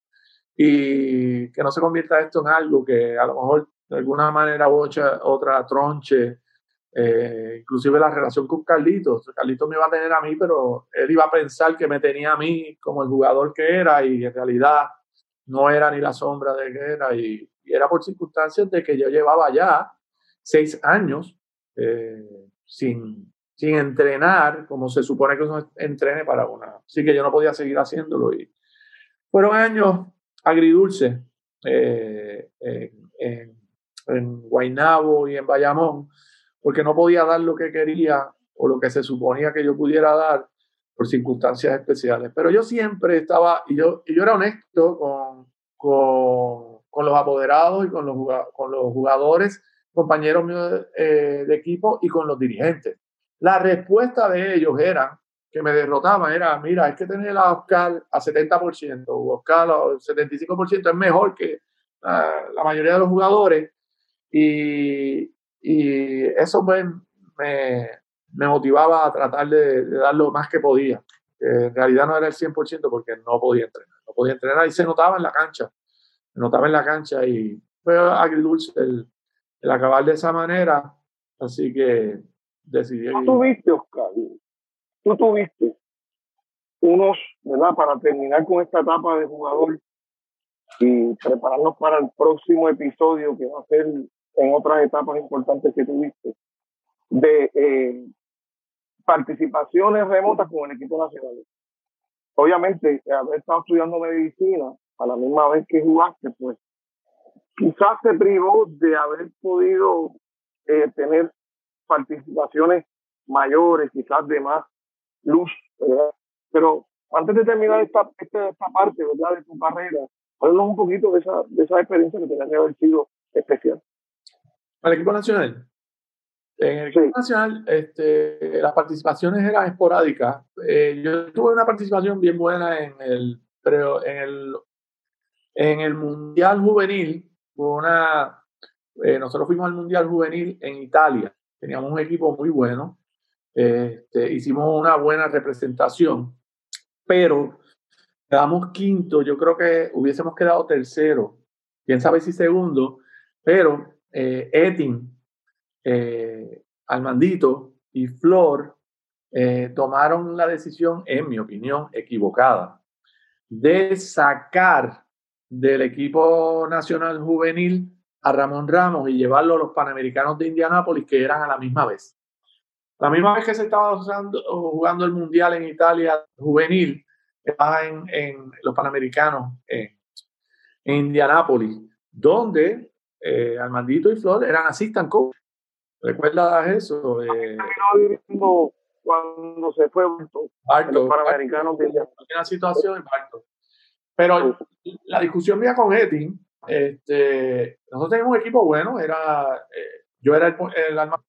y que no se convierta esto en algo que a lo mejor de alguna manera u otra, otra tronche, eh, inclusive la relación con Carlitos. Carlitos me iba a tener a mí, pero él iba a pensar que me tenía a mí como el jugador que era, y en realidad no era ni la sombra de que era, y, y era por circunstancias de que yo llevaba ya seis años eh, sin, sin entrenar como se supone que uno entrene para una. Así que yo no podía seguir haciéndolo, y fueron años agridulces eh, en, en, en Guaynabo y en Bayamón, porque no podía dar lo que quería o lo que se suponía que yo pudiera dar por circunstancias especiales. Pero yo siempre estaba, y yo, y yo era honesto con, con, con los apoderados y con los, con los jugadores, compañeros míos de, eh, de equipo, y con los dirigentes. La respuesta de ellos era, que me derrotaban, era, mira, es que tener a Oscar a setenta por ciento, o Oscar a setenta y cinco por ciento es mejor que uh, la mayoría de los jugadores, y, y eso me, me, me motivaba a tratar de, de dar lo más que podía. Que en realidad no era el cien por ciento porque no podía entrenar, no podía entrenar, y se notaba en la cancha, se notaba en la cancha, y fue agridulce el, el acabar de esa manera, así que decidí. ¿Tú tuviste, Oscar? ¿Tú tuviste unos, verdad, para terminar con esta etapa de jugador y prepararnos para el próximo episodio que va a ser en otras etapas importantes que tuviste, de eh, participaciones remotas con el equipo nacional? Obviamente, haber estado estudiando medicina a la misma vez que jugaste, pues quizás te privó de haber podido eh, tener participaciones mayores, quizás de más luz, ¿verdad? Pero antes de terminar esta, esta, esta parte, ¿verdad?, de tu carrera, háblanos un poquito de esa, de esa experiencia que tenía que haber sido especial. ¿Para el equipo nacional? En el equipo sí. nacional, este, las participaciones eran esporádicas. Eh, yo tuve una participación bien buena en el, pero en el, en el Mundial Juvenil. Una, eh, nosotros fuimos al Mundial Juvenil en Italia. Teníamos un equipo muy bueno. Este, hicimos una buena representación, pero quedamos quinto. Yo creo que hubiésemos quedado tercero, quién sabe si segundo, pero eh, Etin, eh, Armandito y Flor eh, tomaron la decisión, en mi opinión, equivocada, de sacar del equipo nacional juvenil a Ramón Ramos y llevarlo a los Panamericanos de Indianápolis, que eran a la misma vez. La misma vez que se estaba usando, jugando el Mundial en Italia juvenil, estaba en, en los Panamericanos en, en Indianápolis, donde eh, Armandito y Flor eran assistant coach. ¿Recuerdas eso? Eh, cuando, cuando se fue Barto, Barto, los Panamericanos de Indianápolis. Una situación en Barto. Pero la discusión mía con Etin, este, nosotros teníamos un equipo bueno, era, eh, yo era el, el alma,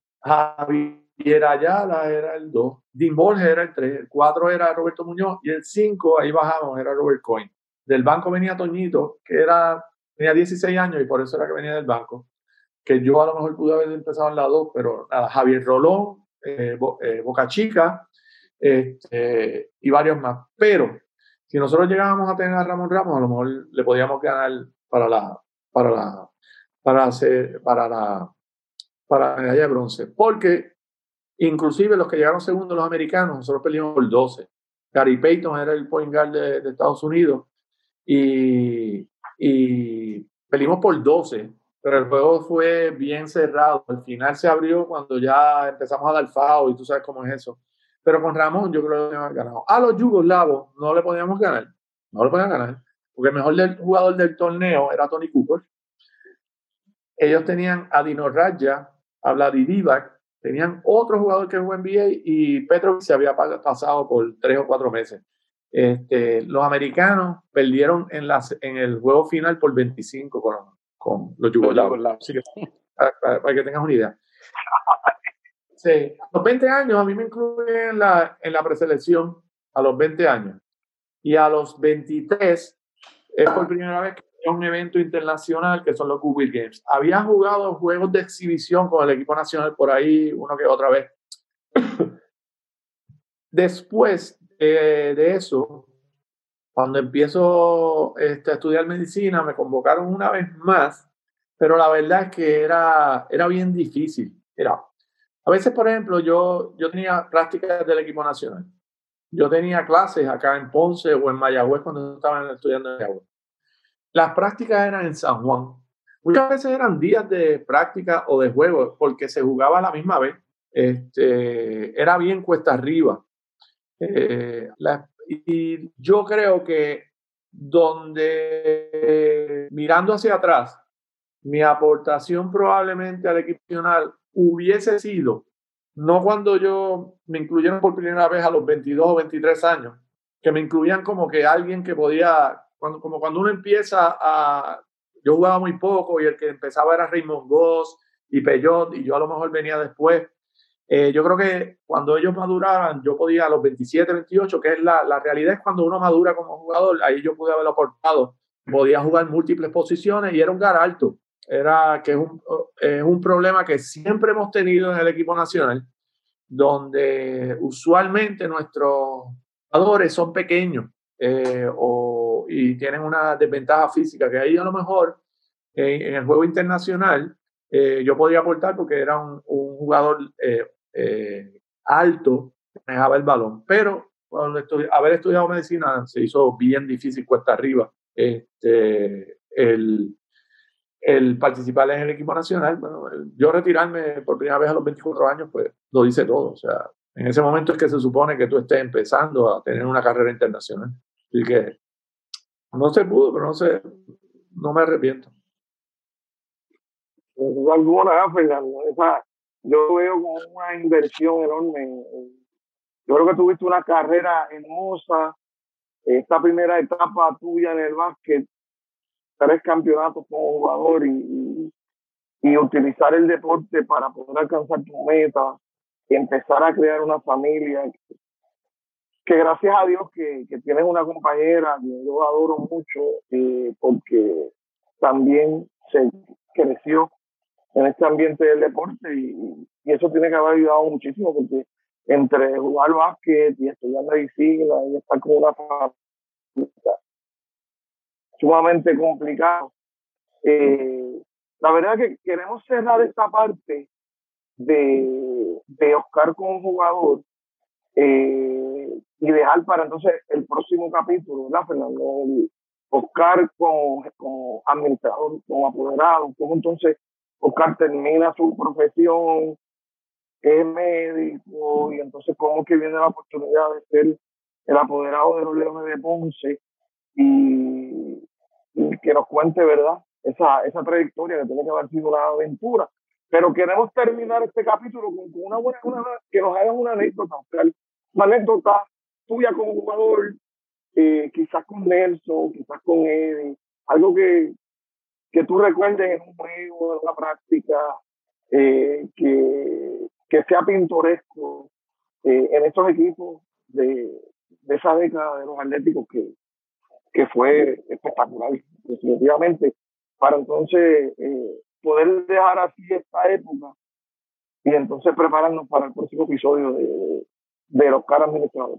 Javier Ayala era el dos, Dean Borges era el tres, el cuatro era Roberto Muñoz, y el cinco, ahí bajamos, era Robert Coyne. Del banco venía Toñito, que era, tenía dieciséis años, y por eso era que venía del banco, que yo a lo mejor pude haber empezado en la dos, pero nada, Javier Rolón, eh, Bo, eh, Boca Chica, este, y varios más. Pero si nosotros llegábamos a tener a Ramón Ramos, a lo mejor le podíamos ganar para la para la para hacer para la para la medalla de bronce, porque inclusive los que llegaron segundos, los americanos, nosotros perdimos por doce. Gary Payton era el point guard de, de Estados Unidos, y, y perdimos por doce, pero el juego fue bien cerrado. Al final se abrió cuando ya empezamos a dar foul y tú sabes cómo es eso. Pero con Ramón yo creo que habíamos ganado. A los yugoslavos no le podíamos ganar, no le podíamos ganar, porque el mejor del, jugador del torneo era Tony Cooper. Ellos tenían a Dino Radja, a Vladi Divac, tenían otro jugador que jugó en N B A y Petrovic se había pasado por tres o cuatro meses. Este, los americanos perdieron en, la, en el juego final por veinticinco con, con los yugoslavos. Así que, para, para, para que tengas una idea. Sí, a los veinte años a mí me incluyen en la, en la preselección a los veinte años. Y a los veintitrés es por primera vez que un evento internacional que son los Google Games. Había jugado juegos de exhibición con el equipo nacional por ahí, uno que otra vez. Después eh, de eso, cuando empiezo este, a estudiar medicina, me convocaron una vez más, pero la verdad es que era, era bien difícil. Era, a veces, por ejemplo, yo, yo tenía prácticas del equipo nacional. Yo tenía clases acá en Ponce o en Mayagüez cuando estaba estudiando en Mayagüez. Las prácticas eran en San Juan. Muchas veces eran días de práctica o de juego porque se jugaba a la misma vez. Este, era bien cuesta arriba. Eh, la, y yo creo que donde, eh, mirando hacia atrás, mi aportación probablemente al equipo nacional hubiese sido, no cuando yo me incluyeron por primera vez a los veintidós o veintitrés años, que me incluían como que alguien que podía... Cuando, como cuando uno empieza a... Yo jugaba muy poco y el que empezaba era Raymond Goss y Peyot y yo a lo mejor venía después. Eh, yo creo que cuando ellos maduraban, yo podía a los veintisiete, veintiocho, que es la, la realidad es cuando uno madura como jugador, ahí yo pude haberlo aportado. Podía jugar múltiples posiciones y era un gar alto. Era que es un, es un problema que siempre hemos tenido en el equipo nacional, donde usualmente nuestros jugadores son pequeños eh, o, y tienen una desventaja física, que ahí a lo mejor eh, en el juego internacional eh, yo podía aportar porque era un, un jugador eh, eh, alto que manejaba el balón, pero al estu- haber estudiado medicina se hizo bien difícil cuesta arriba este, el el participar en el equipo nacional. Bueno, yo retirarme por primera vez a los veinticuatro años, pues lo dice todo. O sea, en ese momento es que se supone que tú estés empezando a tener una carrera internacional. Así que no se pudo, pero no sé, no me arrepiento. Sin duda alguna, Fernando, esa, yo veo como una inversión enorme. Yo creo que tuviste una carrera hermosa. Esta primera etapa tuya en el básquet, tres campeonatos como jugador y, y, y utilizar el deporte para poder alcanzar tu meta y empezar a crear una familia que, que gracias a Dios que, que tienes una compañera que yo adoro mucho eh, porque también se creció en este ambiente del deporte y, y eso tiene que haber ayudado muchísimo porque entre jugar básquet y estudiar medicina y estar con una familia sumamente complicado. Eh, la verdad es que queremos cerrar esta parte de, de Oscar como jugador eh, y dejar para entonces el próximo capítulo, ¿verdad, Fernando? El Oscar como, como administrador, como apoderado, como entonces Oscar termina su profesión, es médico y entonces cómo que viene la oportunidad de ser el apoderado de los Leones de Ponce. Y, y que nos cuente, ¿verdad? Esa, esa trayectoria que tiene que haber sido una aventura. Pero queremos terminar este capítulo con, con una buena, una, que nos hagan una anécdota, Oscar. Una anécdota tuya como jugador, eh, quizás con Nelson, quizás con Eddie, algo que, que tú recuerdes en un juego, en una práctica, eh, que, que sea pintoresco eh, en estos equipos de, de esa década de los Atléticos que que fue espectacular, definitivamente, para entonces eh, poder dejar así esta época y entonces prepararnos para el próximo episodio de, de los caras administradores.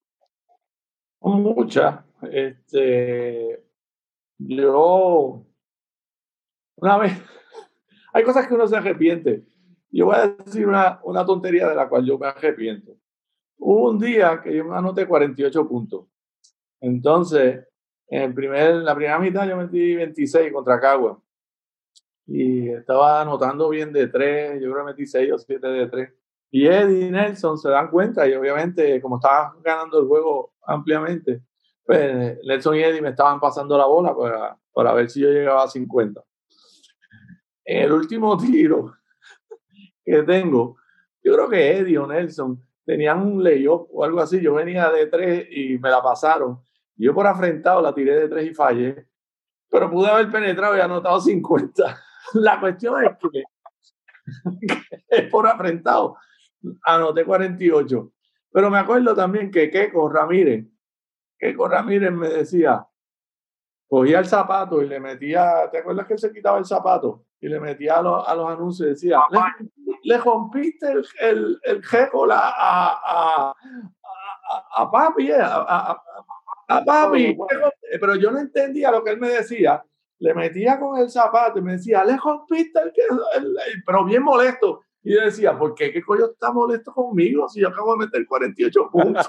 Muchas. Este, yo, una vez, hay cosas que uno se arrepiente. Yo voy a decir una, una tontería de la cual yo me arrepiento. Hubo un día que yo me anoté cuarenta y ocho puntos. Entonces, En el primer, la primera mitad yo metí veintiséis contra Cagua. Y estaba anotando bien de tres, yo creo que metí seis o siete de tres. Y Eddie y Nelson se dan cuenta, y obviamente, como estaba ganando el juego ampliamente, pues Nelson y Eddie me estaban pasando la bola para, para ver si yo llegaba a cincuenta. En el último tiro que tengo, yo creo que Eddie o Nelson tenían un layup o algo así. Yo venía de tres y me la pasaron. Yo por afrentado la tiré de tres y fallé, pero pude haber penetrado y anotado cincuenta. La cuestión es que es por afrentado anoté cuarenta y ocho. Pero me acuerdo también que Keiko Ramírez, Keiko Ramírez me decía, cogía el zapato y le metía, ¿te acuerdas que él se quitaba el zapato? Y le metía a los, a los anuncios y decía, le, le rompiste el, el, el jeco la, a, a, a, a papi, a, a, a papi. Pero yo no entendía lo que él me decía. Le metía con el zapato y me decía, le rompiste el, el, el, pero bien molesto. Y yo decía, ¿por qué? ¿Qué coño está molesto conmigo si yo acabo de meter cuarenta y ocho puntos?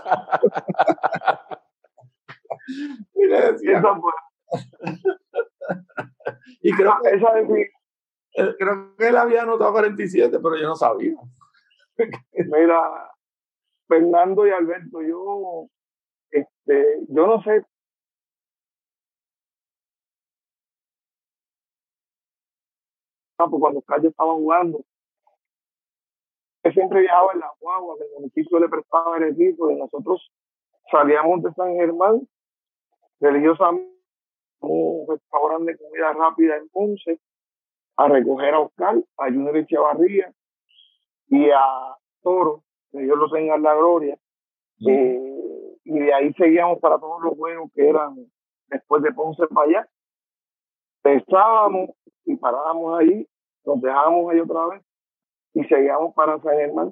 Y le decía, y creo que, esa es mi... creo que él había anotado cuarenta y siete, pero yo no sabía. Mira, Fernando y Alberto, yo, este, yo no sé. Cuando Oscar estaba jugando, él siempre viajaba en la guagua, que el municipio le prestaba el equipo, y nosotros salíamos de San Germán, religiosamente, un restaurante de comida rápida en Ponce, a recoger a Oscar, a Junior Echevarría y a Toro, que Dios lo tenga en la gloria. Uh-huh. eh, y de ahí seguíamos para todos los juegos que eran después de Ponce para allá. Pensábamos y parábamos ahí, nos dejábamos ahí otra vez y seguíamos para San Germán.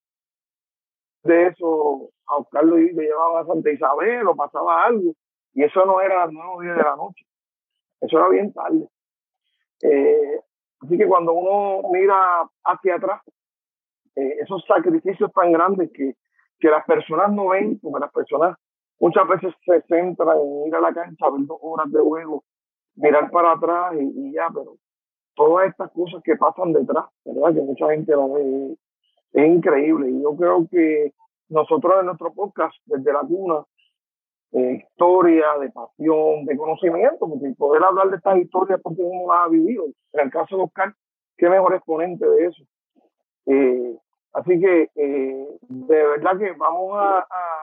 De eso, a Oscar lo llevaban a Santa Isabel o pasaba algo, y eso no era a las nueve o diez de la noche, eso era bien tarde. Eh, así que cuando uno mira hacia atrás, eh, esos sacrificios tan grandes que, que las personas no ven, porque las personas muchas veces se centran en ir a la cancha, ver dos horas de juego, mirar para atrás y, y ya, pero todas estas cosas que pasan detrás, ¿verdad? Que mucha gente no ve, es increíble. Y yo creo que nosotros en nuestro podcast, desde la cuna, eh, historia, de pasión, de conocimiento, porque poder hablar de estas historias porque uno las ha vivido. En el caso de Oscar, qué mejor exponente de eso. Eh, así que eh, de verdad que vamos a,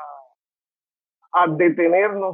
a, a detenernos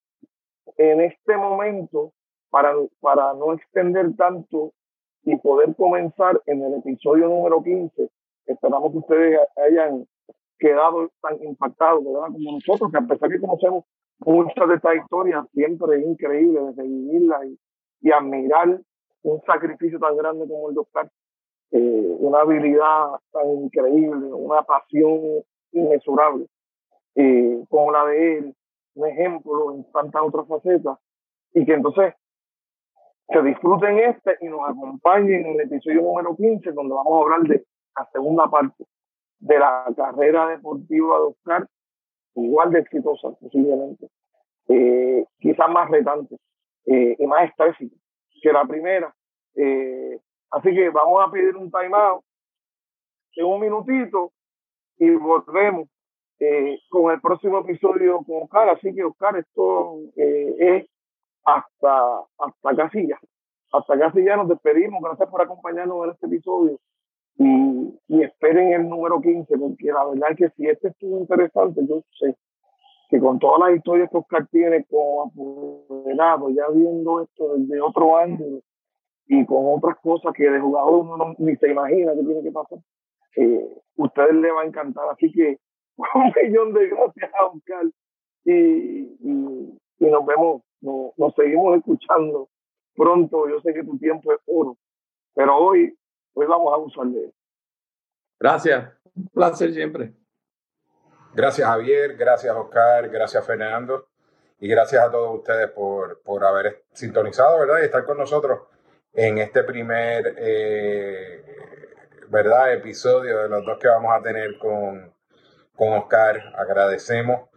en este momento para, para no extender tanto y poder comenzar en el episodio número quince. Esperamos que ustedes hayan quedado tan impactados, ¿verdad?, como nosotros, que a pesar que conocemos muchas de estas historias, siempre es increíble desde vivirlas y, y admirar un sacrificio tan grande como el de Oscar, eh, una habilidad tan increíble, una pasión inmesurable eh, como la de él, un ejemplo en tantas otras facetas, y que entonces se disfruten este y nos acompañen en el episodio número quince, donde vamos a hablar de la segunda parte de la carrera deportiva de Oscar, igual de exitosa posiblemente, eh, quizás más retante eh, y más estrésica que la primera. Eh, así que vamos a pedir un timeout de un minutito y volvemos eh, con el próximo episodio con Oscar. Así que Oscar, esto eh, es hasta, hasta casi ya. Hasta casi ya nos despedimos. Gracias por acompañarnos en este episodio. Y, y esperen el número quince, porque la verdad es que si este estuvo interesante, yo sé que con todas las historias que Oscar tiene como apoderado, ya viendo esto desde otro ángulo y con otras cosas que de jugador uno no, ni se imagina que tiene que pasar, eh, a ustedes les va a encantar. Así que un millón de gracias a Oscar y, y, y nos vemos, nos, nos seguimos escuchando pronto. Yo sé que tu tiempo es oro, pero hoy Hoy vamos a usar de él. Gracias. Un placer siempre. Gracias, Javier. Gracias, Oscar. Gracias, Fernando. Y gracias a todos ustedes por, por haber sintonizado, ¿verdad? Y estar con nosotros en este primer, eh, ¿verdad?, episodio de los dos que vamos a tener con, con Oscar. Agradecemos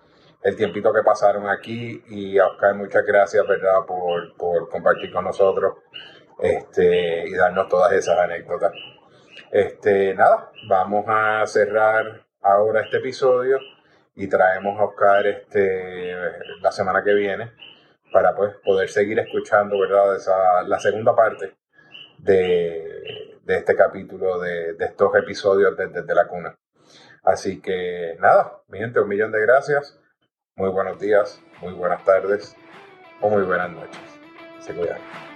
el tiempito que pasaron aquí, y a Oscar, muchas gracias, ¿verdad?, por, por compartir con nosotros este, y darnos todas esas anécdotas. Este, nada, vamos a cerrar ahora este episodio y traemos a Oscar este, la semana que viene para pues poder seguir escuchando, ¿verdad?, esa, la segunda parte de, de este capítulo, de, de estos episodios desde, desde la cuna. Así que nada, mi gente, un millón de gracias. Muy buenos días, muy buenas tardes o muy buenas noches. Se cuidan.